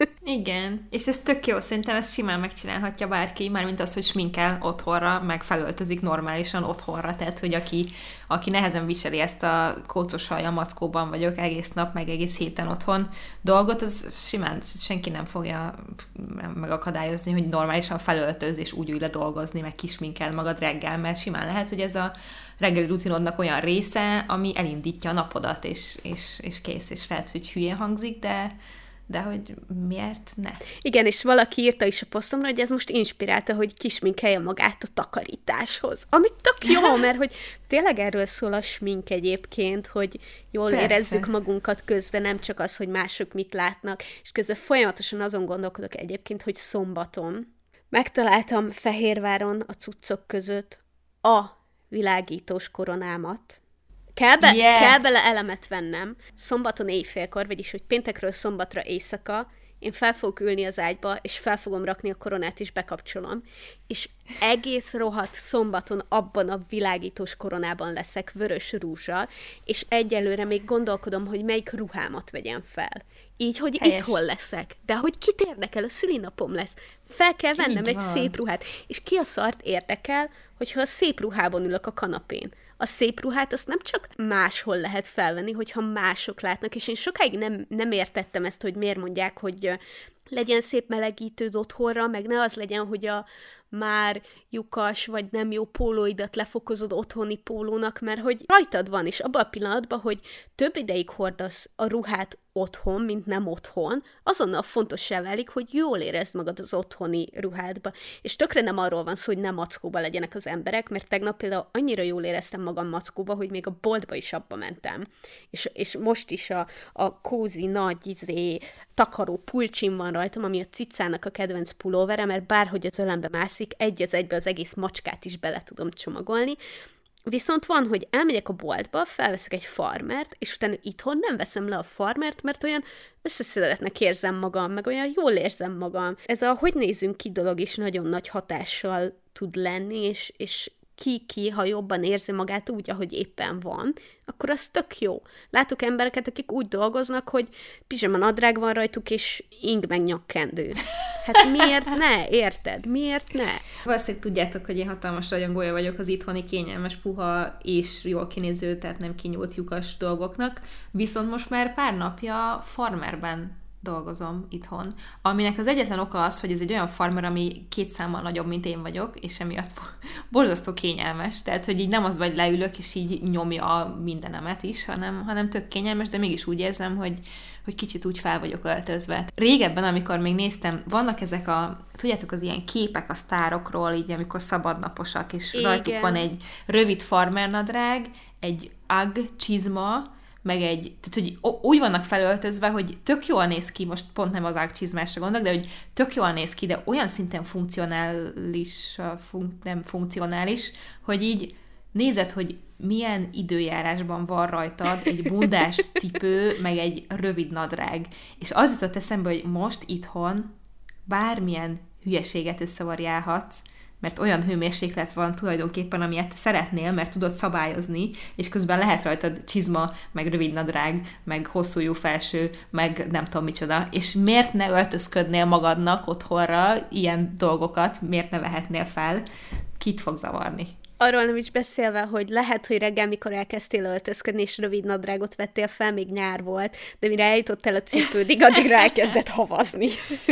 Igen, és ez tök jó, szerintem ezt simán megcsinálhatja bárki, mármint az, hogy sminkel otthonra, meg felöltözik normálisan otthonra, tehát, hogy aki, aki nehezen viseli ezt a kócos hajjal mackóban vagyok egész nap, meg egész héten otthon dolgot, az simán senki nem fogja megakadályozni, hogy normálisan felöltöz, és úgy ülj le dolgozni, meg kisminkel magad reggel, mert simán lehet, hogy ez a reggeli rutinodnak olyan része, ami elindítja a napodat, és, és, és kész, és lehet, hogy hülyén hangzik, de de hogy miért ne? Igen, és valaki írta is a posztomra, hogy ez most inspirálta, hogy kisminkelje magát a takarításhoz. Ami tök jó, mert hogy tényleg erről szól a smink egyébként, hogy jól Persze. érezzük magunkat közben, nem csak az, hogy mások mit látnak, és közben folyamatosan azon gondolkodok egyébként, hogy szombaton megtaláltam Fehérváron a cuccok között a világítós koronámat. Kell, be, yes. kell bele elemet vennem. Szombaton éjfélkor, vagyis hogy péntekről szombatra éjszaka, én fel fogok ülni az ágyba, és fel fogom rakni a koronát, és bekapcsolom. És egész rohadt szombaton abban a világítós koronában leszek vörös rúzsal, és egyelőre még gondolkodom, hogy melyik ruhámat vegyem fel. Így, hogy Helyes. Itthon leszek. De hogy kit érdekel, a szülinapom lesz. Fel kell vennem egy szép ruhát. És ki a szart érdekel, hogyha a szép ruhában ülök a kanapén. A szép ruhát azt nem csak máshol lehet felvenni, hogyha mások látnak, és én sokáig nem, nem értettem ezt, hogy miért mondják, hogy legyen szép melegítőd otthonra, meg ne az legyen, hogy a már lyukas, vagy nem jó pólóidat lefokozod otthoni pólónak, mert hogy rajtad van, és abban a pillanatban, hogy több ideig hordasz a ruhát otthon, mint nem otthon, azonnal fontossá válik, hogy jól érezd magad az otthoni ruhádba. És tökre nem arról van szó, hogy nem mackóba legyenek az emberek, mert tegnap például annyira jól éreztem magam mackóba, hogy még a boltba is abba mentem. És, és most is a, a kózi nagy izé, takaró pulcsim van rajtam, ami a cicának a kedvenc pulóvere, mert bárhogy az ölembe mászik, egy az egybe az egész macskát is bele tudom csomagolni. Viszont van, hogy elmegyek a boltba, felveszek egy farmert, és utána itthon nem veszem le a farmert, mert olyan összeszedettnek érzem magam, meg olyan jól érzem magam. Ez a hogy nézünk ki dolog is nagyon nagy hatással tud lenni, és, és ki-ki, ha jobban érzi magát úgy, ahogy éppen van, akkor az tök jó. Látok embereket, akik úgy dolgoznak, hogy pizsama nadrág van rajtuk, és ing meg nyakkendő. Hát miért ne? Érted? Miért ne? Valószínűleg tudjátok, hogy én hatalmas rajongója vagyok az itthoni kényelmes, puha és jól kinéző, tehát nem kinyúlt lyukas dolgoknak, viszont most már pár napja farmerben dolgozom itthon, aminek az egyetlen oka az, hogy ez egy olyan farmer, ami két számmal nagyobb, mint én vagyok, és emiatt borzasztó kényelmes, tehát, hogy így nem az vagy leülök, és így nyomja a mindenemet is, hanem, hanem tök kényelmes, de mégis úgy érzem, hogy, hogy kicsit úgy fel vagyok öltözve. Régebben, amikor még néztem, vannak ezek a, tudjátok, az ilyen képek a sztárokról, így amikor szabadnaposak, és Igen. rajtuk van egy rövid farmernadrág, egy ag csizma, meg egy, tehát hogy úgy vannak felöltözve, hogy tök jól néz ki, most pont nem az ágcsizmásra gondolok, de hogy tök jól néz ki, de olyan szinten funkcionális, fun- nem funkcionális, hogy így nézed, hogy milyen időjárásban van rajtad egy bundás cipő, meg egy rövid nadrág. És az jutott eszembe, hogy most itthon bármilyen hülyeséget összevariálhatsz, mert olyan hőmérséklet van tulajdonképpen, amilyet te szeretnél, mert tudod szabályozni, és közben lehet rajtad csizma, meg rövid nadrág, meg hosszú felső, meg nem tudom micsoda. És miért ne öltözködnél magadnak otthonra ilyen dolgokat, miért ne vehetnél fel? Kit fog zavarni? Arról nem is beszélve, hogy lehet, hogy reggel, mikor elkezdtél öltözködni, és rövid nadrágot vettél fel, még nyár volt, de mire eljutottál a cipődig, addigra elkezdett havazni.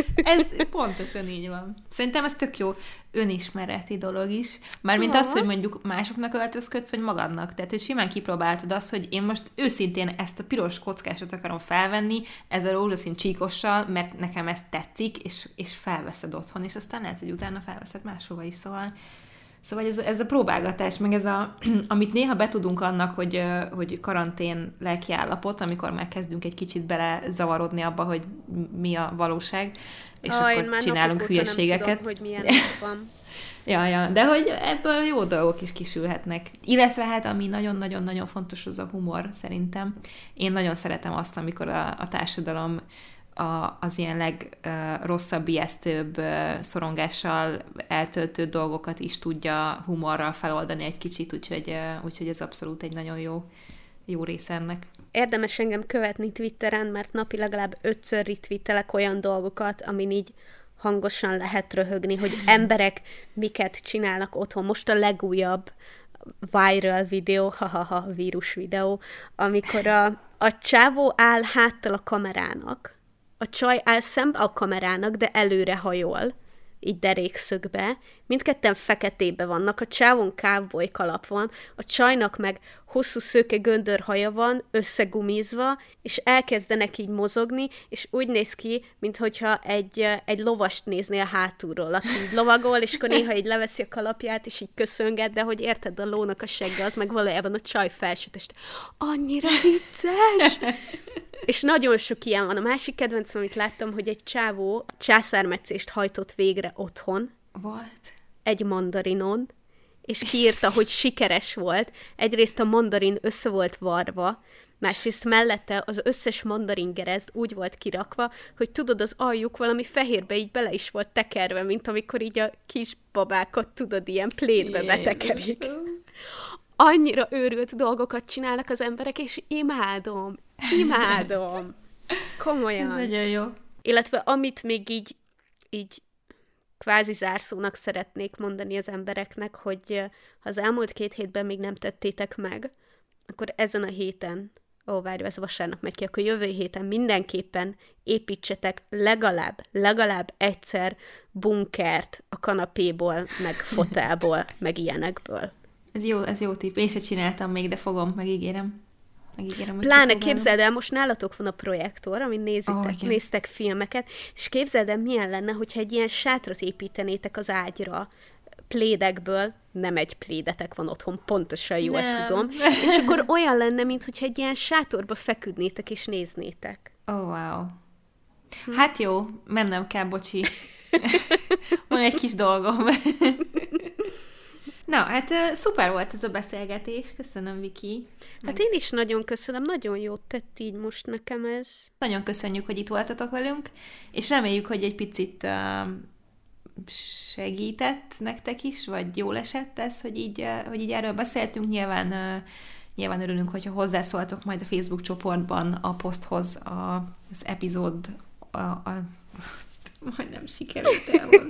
Ez pontosan így van. Szerintem ez tök jó önismereti dolog is. Mármint az, hogy mondjuk másoknak öltözködsz, vagy magadnak. Tehát, hogy simán kipróbáltad azt, hogy én most őszintén ezt a piros kockásot akarom felvenni, ezzel a rózsaszín csíkossal, mert nekem ez tetszik, és, és felveszed otthon, és aztán lehet, hogy utána felveszed máshova is, szóval Szóval ez, ez a próbálgatás, meg ez a, amit néha betudunk annak, hogy, hogy karantén lelkiállapot, amikor már kezdünk egy kicsit belezavarodni abba, hogy mi a valóság, és oh, akkor csinálunk hülyeségeket. Nem tudom, hogy milyen van. ja, ja, de hogy ebből jó dolgok is kisülhetnek. Illetve hát, ami nagyon-nagyon-nagyon fontos, az a humor, szerintem. Én nagyon szeretem azt, amikor a, a társadalom a, az ilyen legrosszabb, ijesztőbb, szorongással eltöltő dolgokat is tudja humorral feloldani egy kicsit, úgyhogy, úgyhogy ez abszolút egy nagyon jó, jó része ennek. Érdemes engem követni Twitteren, mert napi legalább ötször retweetelek olyan dolgokat, amin így hangosan lehet röhögni, hogy emberek miket csinálnak otthon. Most a legújabb viral videó, ha-ha-ha, vírus videó, amikor a, a csávó áll háttal a kamerának, a csaj áll szembe a kamerának, de előre hajol, így derékszögbe, mindketten feketébe vannak, a csávon cowboy kalap van, a csajnak meg hosszú szőke göndör haja van, összegumizva, és elkezdenek így mozogni, és úgy néz ki, minthogyha egy, egy lovast néznél hátulról, aki így lovagol, és akkor néha így leveszi a kalapját, és így köszönget, de hogy érted, a lónak a segge, az meg valójában a csaj felsőtest. Annyira vicces! És nagyon sok ilyen van. A másik kedvencem, amit láttam, hogy egy csávó császármetszést hajtott végre otthon. What? Egy mandarinon, és kiírta, hogy sikeres volt. Egyrészt a mandarin össze volt varva, másrészt mellette az összes mandarin gerezd úgy volt kirakva, hogy tudod, az aljuk valami fehérbe így bele is volt tekerve, mint amikor így a kis babákat, tudod, ilyen plétbe betekerik. Annyira őrült dolgokat csinálnak az emberek, és imádom, imádom. Komolyan. Nagyon jó. Illetve amit még így, így kvázi zárszónak szeretnék mondani az embereknek, hogy ha az elmúlt két hétben még nem tettétek meg, akkor ezen a héten, ó, várj, ez vasárnap megy ki, akkor jövő héten mindenképpen építsetek legalább, legalább egyszer bunkert a kanapéból, meg fotelból, meg ilyenekből. Ez jó, ez jó tipp. Én se csináltam még, de fogom, megígérem. megígérem Pláne képzeld el, most nálatok van a projektor, amin nézitek, oh, néztek filmeket, és képzeld el, milyen lenne, hogyha egy ilyen sátrat építenétek az ágyra, plédekből, nem egy plédetek van otthon, pontosan jól nem. tudom, és akkor olyan lenne, mintha egy ilyen sátorba feküdnétek és néznétek. Oh, wow. Hát jó, mennem kell, bocsi. Van egy kis dolgom. Na, hát uh, szuper volt ez a beszélgetés. Köszönöm, Viki. Hát én is nagyon köszönöm, nagyon jót tett így most nekem ez. Nagyon köszönjük, hogy itt voltatok velünk, és reméljük, hogy egy picit uh, segített nektek is, vagy jól esett ez, hogy így, uh, hogy így erről beszéltünk. Nyilván, uh, nyilván örülünk, hogyha hozzászóltok majd a Facebook csoportban a poszthoz a, az epizód, a, a, majdnem sikerült elmondani.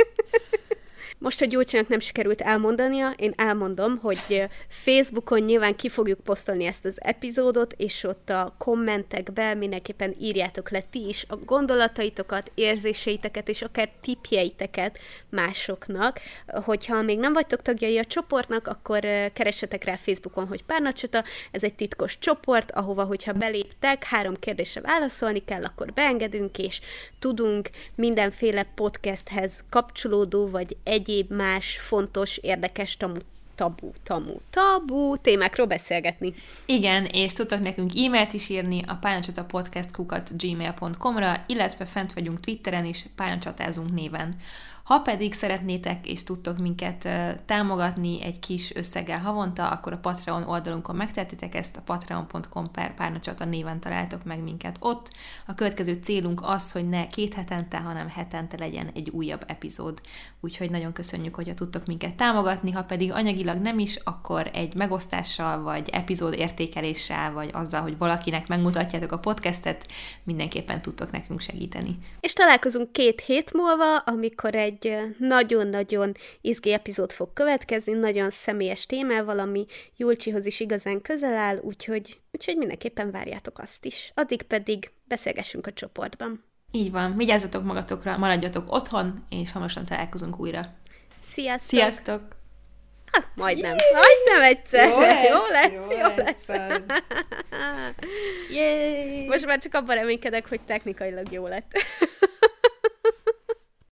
Most, hogy Gyurcsának nem sikerült elmondania, én elmondom, hogy Facebookon nyilván ki fogjuk posztolni ezt az epizódot, és ott a kommentekben mindenképpen írjátok le ti is a gondolataitokat, érzéseiteket, és akár tippjeiteket másoknak. Hogyha még nem vagytok tagjai a csoportnak, akkor keressetek rá Facebookon, hogy Párnacsata. Ez egy titkos csoport, ahova, hogyha beléptek, három kérdésre válaszolni kell, akkor beengedünk, és tudunk mindenféle podcasthez kapcsolódó, vagy egy egyéb más fontos, érdekes tamu, tabu, tamu, tabu témákról beszélgetni. Igen, és tudtok nekünk e-mailt is írni a párnacsatapodcast kukac gmail pont com-ra, illetve fent vagyunk Twitteren is, Párnacsatázunk néven. Ha pedig szeretnétek és tudtok minket uh, támogatni egy kis összeggel havonta, akkor a Patreon oldalunkon megtehetitek ezt, a patreon pont com per Párnacsata néven találtok meg minket ott. A következő célunk az, hogy ne két hetente, hanem hetente legyen egy újabb epizód. Úgyhogy nagyon köszönjük, hogyha tudtok minket támogatni, ha pedig anyagilag nem is, akkor egy megosztással, vagy epizód értékeléssel, vagy azzal, hogy valakinek megmutatjátok a podcastet, mindenképpen tudtok nekünk segíteni. És találkozunk két hét múlva, amikor egy egy nagyon-nagyon izgi epizód fog következni, nagyon személyes témával, ami Julcsihoz is igazán közel áll, úgyhogy, úgyhogy mindenképpen várjátok azt is. Addig pedig beszélgessünk a csoportban. Így van, vigyázzatok magatokra, maradjatok otthon, és hamarosan találkozunk újra. Sziasztok! Sziasztok! Ha, majdnem, majdnem egyszer. Jó lesz, jó lesz. Jó jó lesz. lesz. Yay! Most már csak abban reménykedek, hogy technikailag jó lett.